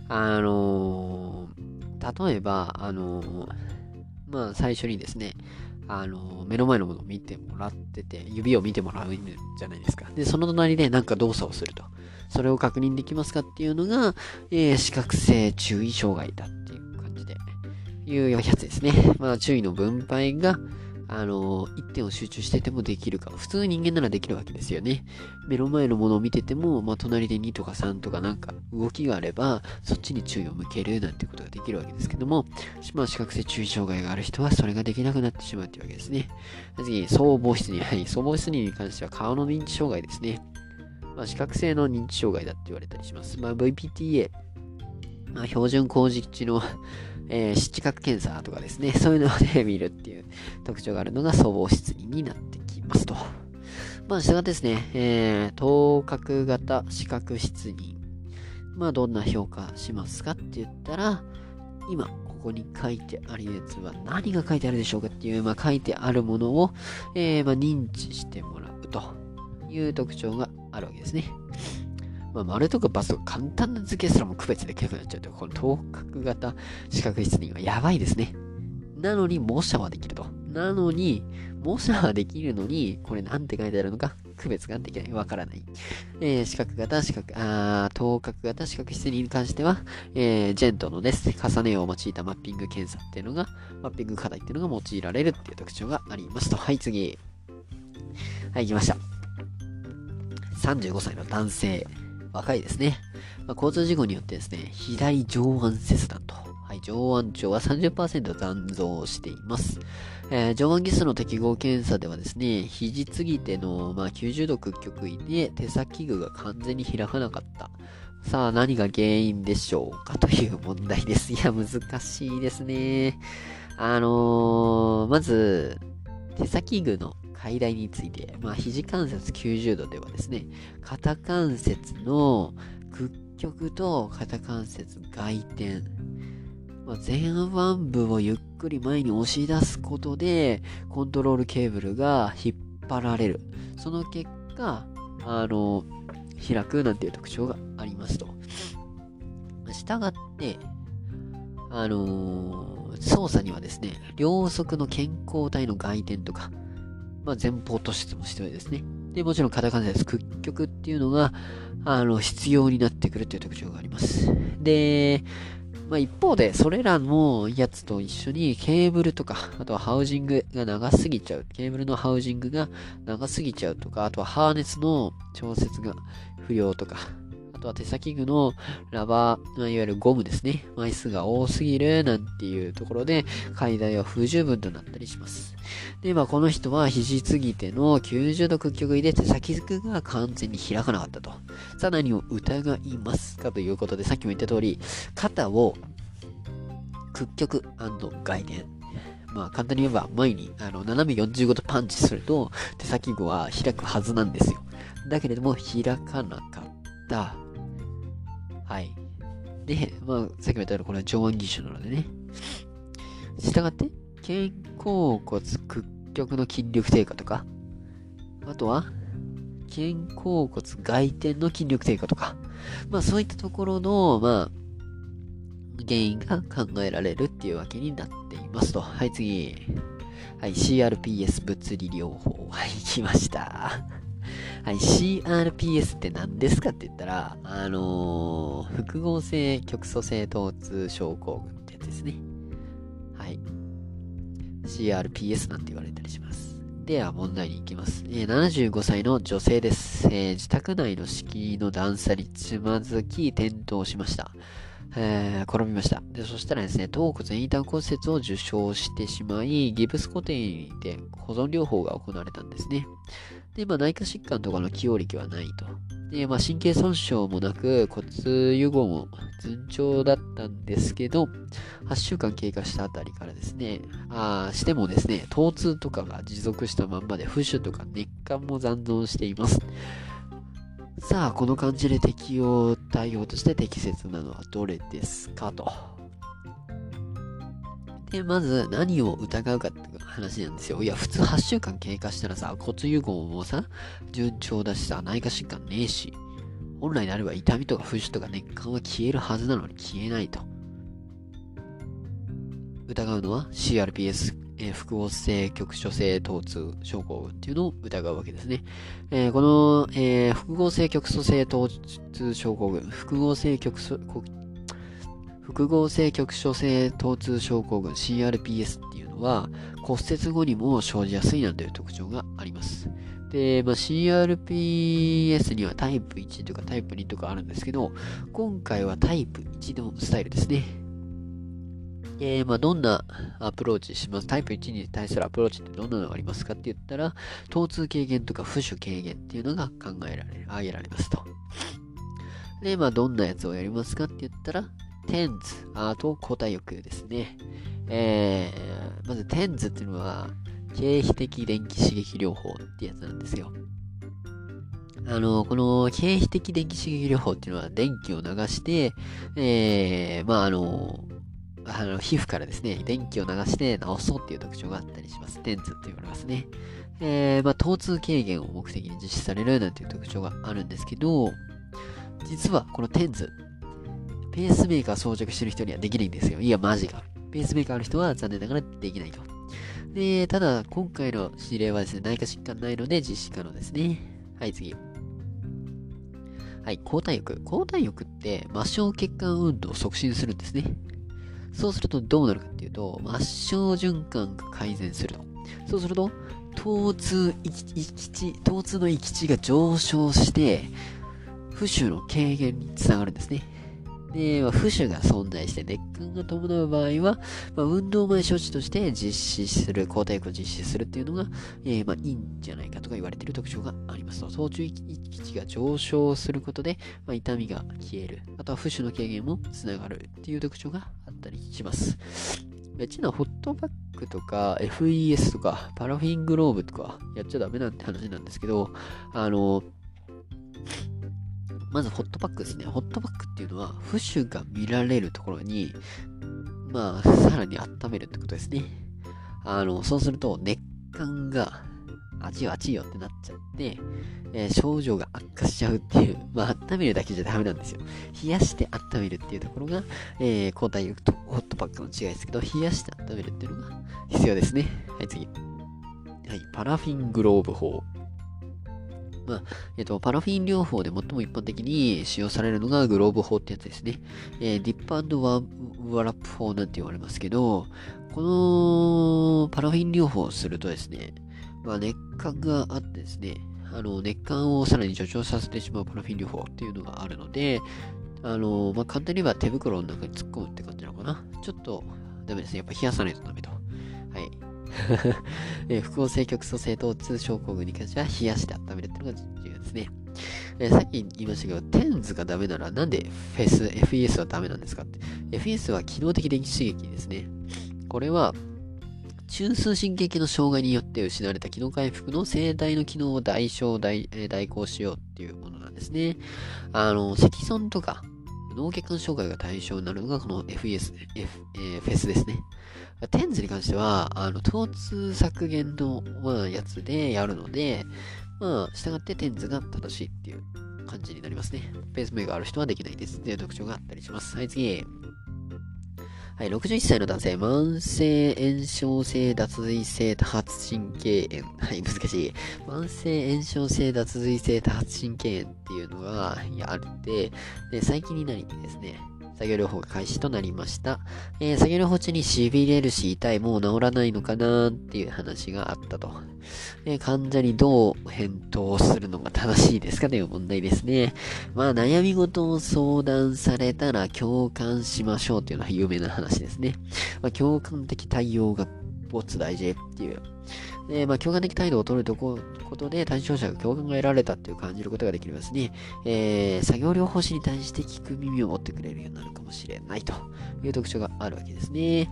例えば、最初にですね、目の前のものを見てもらってて、指を見てもらうじゃないですか。で、その隣で何か動作をすると。それを確認できますかっていうのが、視覚性注意障害だっていう感じで、いうやつですね。注意の分配が、一点を集中しててもできるか。普通人間ならできるわけですよね。目の前のものを見てても、隣で2とか3とかなんか動きがあれば、そっちに注意を向けるなんてことができるわけですけども、視覚性注意障害がある人はそれができなくなってしまうというわけですね。次、相貌失認。はい、相貌失認に関しては顔の認知障害ですね。視覚性の認知障害だって言われたりします。VPTA、標準工事値の視覚検査とかですね、そういうので見るっていう特徴があるのが相貌失認になってきますと。したがってですね、頭角型視覚失認。どんな評価しますかって言ったら、今、ここに書いてあるやつは何が書いてあるでしょうかっていう、書いてあるものを、認知してもらうという特徴があるわけですね。丸とか×とか簡単な図形すらも区別できなくなっちゃうと、この頭角型視覚失認はやばいですね。なのに模写はできると。模写はできるのに、これなんて書いてあるのか区別ができない。わからない。頭角型視覚失認に関しては、ジェントのです。重ねを用いたマッピング検査っていうのが、マッピング課題っていうのが用いられるっていう特徴がありますと。はい、次。はい、来ました。35歳の男性。若いですね。交通事故によってですね、左上腕切断と。はい、上腕腸は 30% 残像しています。上腕ギスの適合検査ではですね、肘継ぎ手の、90度屈曲位で手先具が完全に開かなかった。さあ、何が原因でしょうかという問題です。いや、難しいですね。まず、手先具の解体について、肘関節90度ではですね、肩関節の屈曲と肩関節外転、 前腕部をゆっくり前に押し出すことで、コントロールケーブルが引っ張られる。その結果、開くなんていう特徴がありますと。したがって、操作にはですね、両側の健康体の外転とか、前方突出も必要ですね。で、もちろん肩関節、屈曲っていうのが、必要になってくるという特徴があります。で、一方で、それらのやつと一緒にケーブルとか、あとはハウジングが長すぎちゃう。ケーブルのハウジングが長すぎちゃうとか、あとはハーネスの調節が不良とか、あとは手先具のラバー、いわゆるゴムですね。枚数が多すぎるなんていうところで、解体は不十分となったりします。で、この人は肘継ぎ手の90度屈曲位で手先具が完全に開かなかったと。さあ何を疑いますかということで、さっきも言った通り、肩を屈曲&外転。簡単に言えば前に斜め45度パンチすると手先具は開くはずなんですよ。だけれども開かなかった。はい。で、さっきも言ったようにこれは上腕義手なのでね。したがって、肩甲骨屈曲の筋力低下とか、あとは、肩甲骨外転の筋力低下とか、そういったところの、原因が考えられるっていうわけになっていますと。はい、次。はい、CRPS 物理療法。はい、来ました。はい、CRPS って何ですかって言ったら、複合性極素性疼痛症候群ってやつですね。はい。CRPS なんて言われたりします。では問題に行きます。75歳の女性です。自宅内の敷居の段差につまずき転倒しました。転びました。で、そしたらですね、頭骨インター骨折を受傷してしまい、ギブス固定で保存療法が行われたんですね。で、内科疾患とかの起用歴はないと。で、神経損傷もなく、骨癒合も順調だったんですけど、8週間経過したあたりからですね、してもですね、疼痛とかが持続したまんまで、浮腫とか熱感も残存しています。さあ、この感じで適用対応として適切なのはどれですかと。で、まず何を疑うかっていう話なんですよ。いや、普通8週間経過したらさ、骨癒合もさ、順調だしさ、内科疾患ねえし、本来であれば痛みとか浮腫とか熱感は消えるはずなのに消えないと。疑うのは CRPS、複合性局所性疼痛症候群っていうのを疑うわけですね。この、複合性局所性疼痛症候群、複合性局所性疼痛症候群 CRPS っていうのは骨折後にも生じやすいなんていう特徴があります。で、CRPS にはタイプ1とかタイプ2とかあるんですけど、今回はタイプ1のスタイルですね。どんなアプローチしますタイプ1に対するアプローチってどんなのがありますかって言ったら、疼痛軽減とか浮腫軽減っていうのが挙げられますと。で、どんなやつをやりますかって言ったら、テンズ、あと交代欲ですね。まずテンズっていうのは、経皮的電気刺激療法ってやつなんですよ。この経皮的電気刺激療法っていうのは電気を流して、皮膚からですね、電気を流して治そうっていう特徴があったりします。テンズって言われますね。疼痛軽減を目的に実施されるなんていう特徴があるんですけど、実はこのテンズ、ペースメーカー装着してる人にはできないんですよ。いや、マジか。ペースメーカーの人は残念ながらできないと。で、ただ、今回の指令はですね、内科疾患ないので実施可能ですね。はい、次。はい、交代翼。交代翼って末梢血管運動を促進するんですね。そうするとどうなるかっていうと、末梢循環が改善すると。そうすると、疼痛の域値が上昇して、浮腫の軽減につながるんですね。で、浮腫が存在して熱感が伴う場合は、運動前処置として交代薬を実施するっていうのが、いいんじゃないかとか言われている特徴がありますと。頭中域値が上昇することで、痛みが消える。あとは浮腫の軽減もつながるっていう特徴があったりします。別のホットバックとか FES とかパラフィングローブとかやっちゃダメなんて話なんですけど、まずホットパックですね。ホットパックっていうのは、浮腫が見られるところに、 さらに温めるってことですね。そうすると、熱感が、熱いよってなっちゃって、症状が悪化しちゃうっていう、温めるだけじゃダメなんですよ。冷やして温めるっていうところが、抗体力とホットパックの違いですけど、冷やして温めるっていうのが必要ですね。はい、次。はい、パラフィングローブ法。パラフィン療法で最も一般的に使用されるのがグローブ法ってやつですね。ディップワラップ法なんて言われますけど、このパラフィン療法をするとですね、熱感があってですね、熱感をさらに助長させてしまうパラフィン療法っていうのがあるので、簡単に言えば手袋の中に突っ込むって感じなのかな。ちょっとダメですね。やっぱ冷やさないとダメと。はい。副温性極素性疼痛症候群に関しては冷やして温めるっていうのが重要ですね。さっき言いましたけど、テンズがダメならなんでFES はダメなんですかって。FES は機能的電気刺激ですね。これは中枢神経系の障害によって失われた機能回復の生体の機能を代行しようっていうものなんですね。積損とか脳血管障害が対象になるのがこの FES、フェスですね。テンズに関しては、疼痛削減の、やつでやるので、従ってテンズが正しいっていう感じになりますね。ペースメイがある人はできないですっていう特徴があったりします。はい、次。はい、61歳の男性、慢性炎症性脱水性多発神経炎。はい、難しい。慢性炎症性脱水性多発神経炎っていうのがあって、で、最近になりですね、作業療法が開始となりました。作業療法中に痺れるし痛い、もう治らないのかなっていう話があったと。患者にどう返答するのが正しいですかという問題ですね。悩み事を相談されたら共感しましょうっていうのは有名な話ですね。共感的対応が大事っていう。で、共感的態度を取ることで対象者が共感が得られたっていう感じることができますね。作業療法士に対して聞く耳を持ってくれるようになるかもしれないという特徴があるわけですね。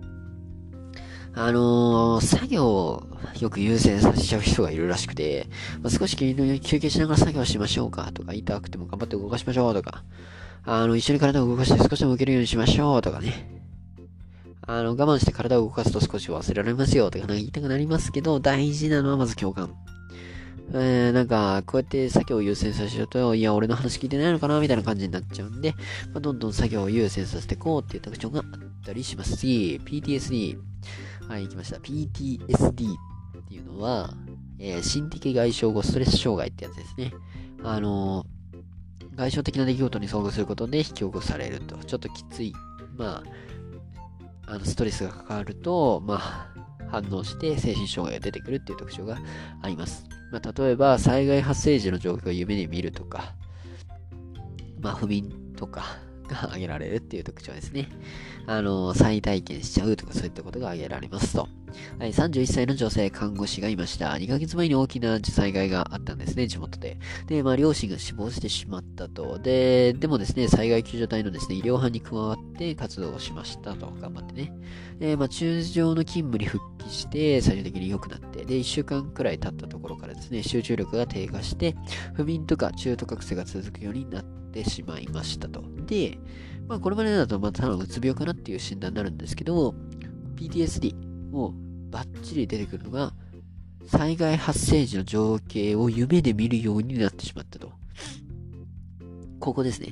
作業をよく優先させちゃう人がいるらしくて、少し休憩しながら作業しましょうかとか、痛くても頑張って動かしましょうとか、一緒に体を動かして少しでも受けるようにしましょうとかね。我慢して体を動かすと少し忘れられますよとか言いたくなりますけど、大事なのはまず共感。こうやって作業を優先させちゃうと、いや、俺の話聞いてないのかなみたいな感じになっちゃうんで、どんどん作業を優先させていこうっていう特徴があったりします。次、PTSD。はい、行きました。PTSD っていうのは、心的外傷後ストレス障害ってやつですね。外傷的な出来事に遭遇することで引き起こされると。ちょっときつい。ストレスがかかると、反応して精神障害が出てくるっていう特徴があります。例えば、災害発生時の状況を夢で見るとか、不眠とかが挙げられるっていう特徴ですね。再体験しちゃうとかそういったことが挙げられますと。はい、31歳の女性看護師がいました。2ヶ月前に大きな災害があったんですね、地元で。で、両親が死亡してしまったと。でもですね、災害救助隊のですね、医療班に加わって活動をしましたと。頑張ってね。通常の勤務に復帰して、最終的に良くなって、で、1週間くらい経ったところからですね、集中力が低下して、不眠とか中途覚醒が続くようになってしまいましたと。で、これまでだと、ただのうつ病かなっていう診断になるんですけど、PTSD をバッチリ出てくるのが、災害発生時の情景を夢で見るようになってしまったと。ここですね。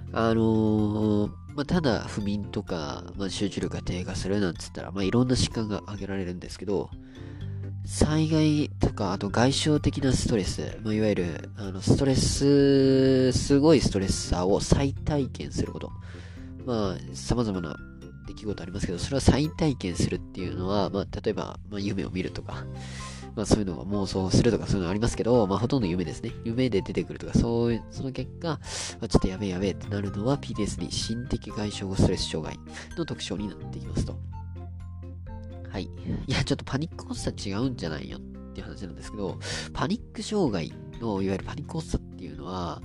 ただ不眠とか、集中力が低下するなんつったら、いろんな疾患が挙げられるんですけど、災害とか、あと外傷的なストレス、いわゆる、すごいストレッサーを再体験すること。様々な出来事ありますけど、それを再体験するっていうのは、例えば、夢を見るとか、そういうのを妄想するとかそういうのありますけど、ほとんど夢ですね。夢で出てくるとか、その結果、ちょっとやべえってなるのは PTSD、心的外傷後ストレス障害の特徴になってきますと。はい。いや、ちょっとパニック発作違うんじゃないよっていう話なんですけど、パニック障害の、いわゆるパニック発作っていうのは、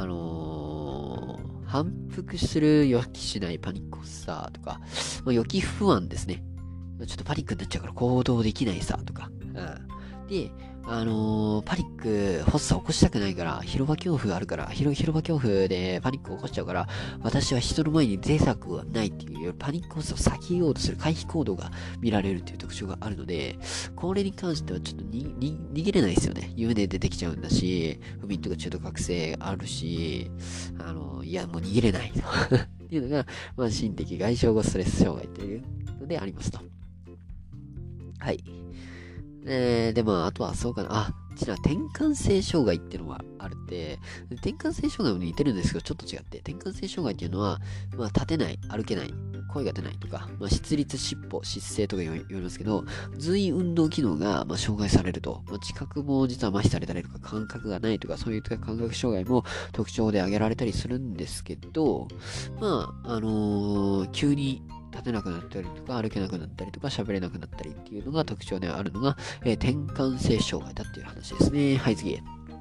反復する予期しないパニック発作とか、予期不安ですね。ちょっとパニックになっちゃうから行動できないさとか。で、 パニック、発作起こしたくないから、広場恐怖があるから、広場恐怖でパニックを起こしちゃうから、私は人の前に出たくはないっていう、パニック発作を避けようとする回避行動が見られるっていう特徴があるので、これに関してはちょっと逃げれないですよね。夢で出てきちゃうんだし、不眠とか中途覚醒あるし、いや、もう逃げれないと。っていうのが、まあ、心的外傷後ストレス障害というのでありますと。はい。で、まあ、あとはそうかな。転換性障害っていうのがあるって、転換性障害も似てるんですけど、ちょっと違って、転換性障害っていうのは、まあ、立てない、歩けない、声が出ないとか、まあ、出立、尻尾、失勢とか言われますけど、随運動機能が、まあ、障害されると、まあ、知覚も実は麻痺されたりとか、感覚がないとか、そういった感覚障害も特徴で挙げられたりするんですけど、まあ、急に立てなくなったりとか、歩けなくなったりとか、喋れなくなったりっていうのが特徴であるのが、転換性障害だっていう話ですね。はい、次へ。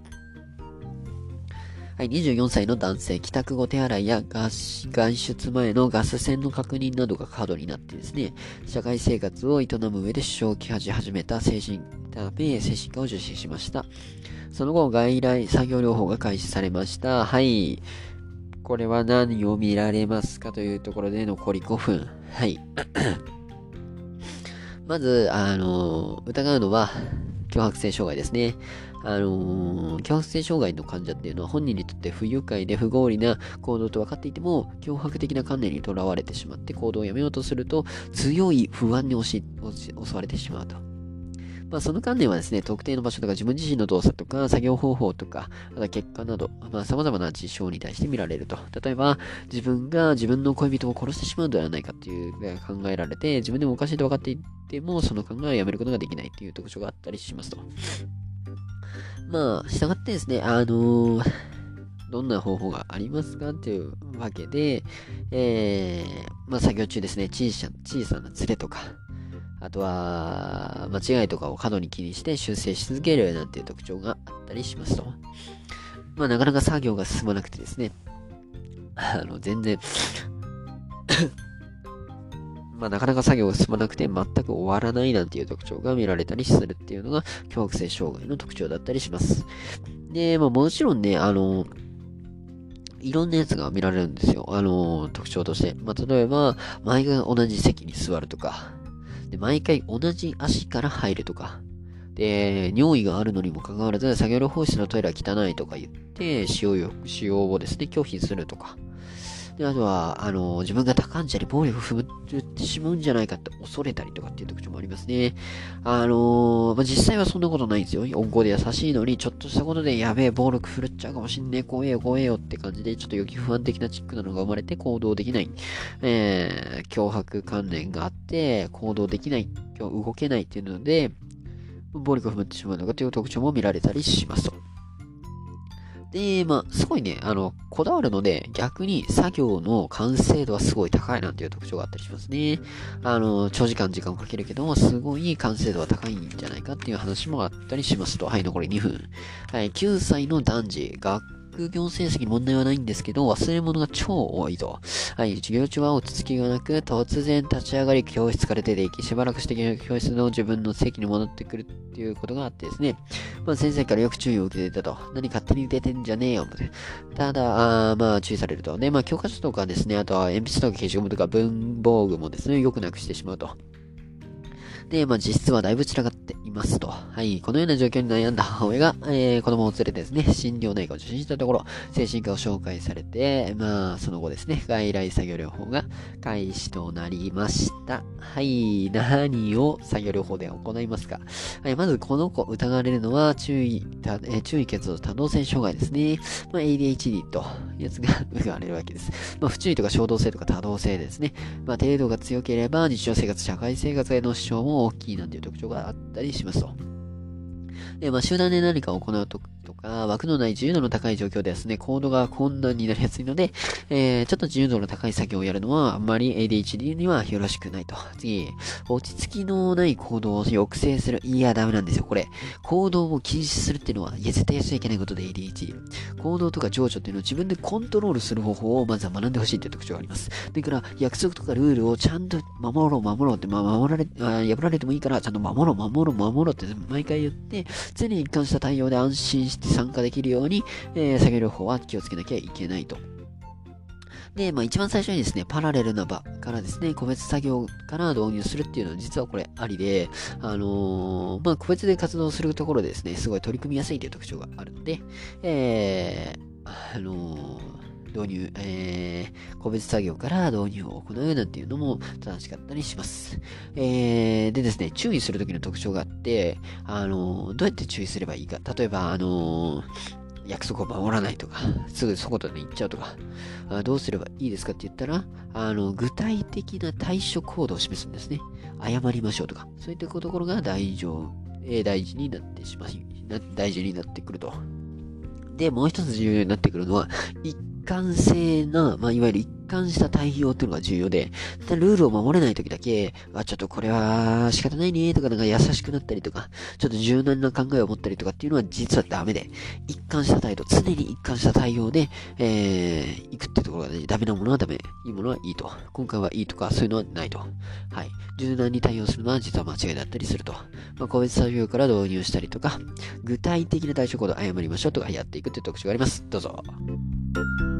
はい、24歳の男性、帰宅後手洗いや外出前のガス栓の確認などが過度になってですね、社会生活を営む上で支障をき始めた精神科を受診しました。その後、外来作業療法が開始されました。はい。これは何を見られますかというところで残り5分。はい。まず、疑うのは、強迫性障害ですね。強迫性障害の患者っていうのは本人にとって不愉快で不合理な行動と分かっていても、脅迫的な観念にとらわれてしまって行動をやめようとすると、強い不安に襲われてしまうと。まあ、その観念はですね、特定の場所とか自分自身の動作とか作業方法とか、あとは結果など、まあ、様々な事象に対して見られると。例えば、自分が自分の恋人を殺してしまうのではないかっていう考えられて、自分でもおかしいと分かっていても、その考えをやめることができないっていう特徴があったりしますと。まあ、従ってですね、どんな方法がありますかっていうわけで、まあ、作業中ですね、小さなズレとか、あとは、間違いとかを過度に気にして修正し続けるなんていう特徴があったりしますと。まあ、なかなか作業が進まなくてですね、全然まあ、なかなか作業が進まなくて全く終わらないなんていう特徴が見られたりするっていうのが、強迫性障害の特徴だったりします。で、まあ、もちろんね、いろんなやつが見られるんですよ。特徴として。まあ、例えば、前が同じ席に座るとか、で、毎回同じ足から入るとか、で、尿意があるのにもかかわらず、作業療法室のトイレは汚いとか言って、使用をですね、拒否するとか。で、あとは、自分が多感者に暴力を振るってしまうんじゃないかって恐れたりとかっていう特徴もありますね。実際はそんなことないんですよ。温厚で優しいのに、ちょっとしたことでやべえ、暴力振るっちゃうかもしんねえ、怖えよ、怖えよって感じで、ちょっと予期不安的なチックなのが生まれて行動できない。脅迫観念があって、行動できない、動けないっていうので、暴力を振るってしまうのかという特徴も見られたりしますと。で、まあ、すごいね、こだわるので、逆に作業の完成度はすごい高いなんていう特徴があったりしますね。長時間時間をかけるけども、すごい完成度は高いんじゃないかっていう話もあったりしますと。はい、残り2分。はい、9歳の男児、学業成績に問題はないんですけど、忘れ物が超多いと。はい、授業中は落ち着きがなく、突然立ち上がり教室から出て行き、しばらくして教室の自分の席に戻ってくるっていうことがあってですね。まあ先生からよく注意を受けていたと。何勝手に出てんじゃねえよ。ただ、まあ注意されると。で、まあ教科書とかですね、あとは鉛筆とか消しゴムとか文房具もですね、よくなくしてしまうと。で、まあ実質はだいぶ散らかっていますと。はい。このような状況に悩んだ母親が、子供を連れてですね、心療内科を受診したところ、精神科を紹介されて、まあその後ですね、外来作業療法が開始となりました。はい。何を作業療法で行いますか。はい。まずこの子疑われるのは注意欠如多動性障害ですね。まあ ADHD とやつが疑われるわけです。まあ不注意とか衝動性とか多動性ですね。まあ程度が強ければ日常生活、社会生活への支障も大きいなんていう特徴があったりしますと。で、まあ、集団で何かを行うとか、枠のない自由度の高い状況でですね、行動が困難になりやすいので、ちょっと自由度の高い作業をやるのは、あんまり ADHD にはよろしくないと。次、落ち着きのない行動を抑制する。いや、ダメなんですよ、これ。行動を禁止するっていうのは、いや、絶対やっちゃいけないことで ADHD。行動とか情緒っていうのを自分でコントロールする方法をまずは学んでほしいという特徴があります。だから、約束とかルールをちゃんと守ろうって、破られてもいいから、ちゃんと守ろうって毎回言って、 常に一貫した対応で安心して参加できるように、作業療法は気をつけなきゃいけないと。で、一番最初にですね、パラレルな場からですね、個別作業から導入するっていうのは実はこれありで、個別で活動するところでですね、すごい取り組みやすいという特徴があるので、導入、個別作業から導入を行うなんていうのも正しかったりします。でですね、注意するときの特徴があって、どうやって注意すればいいか。例えば、約束を守らないとか、すぐそことで行っちゃうとか、どうすればいいですかって言ったら、具体的な対処行動を示すんですね。謝りましょうとか、そういったところが大事になって大事になってくると。で、もう一つ重要になってくるのは、一貫性な、いわゆる一貫した対応っていうのが重要で、ルールを守れないときだけ、ちょっとこれは仕方ないねとか、なんか優しくなったりとか、ちょっと柔軟な考えを持ったりとかっていうのは実はダメで、一貫した態度、常に一貫した対応で、行くっていうところがね、ダメなものはダメ、いいものはいいと。今回はいいとか、そういうのはないと。はい。柔軟に対応するのは実は間違いだったりすると。個別作業から導入したりとか、具体的な対処行動を誤りましょうとかやっていくっていう特徴があります。どうぞ。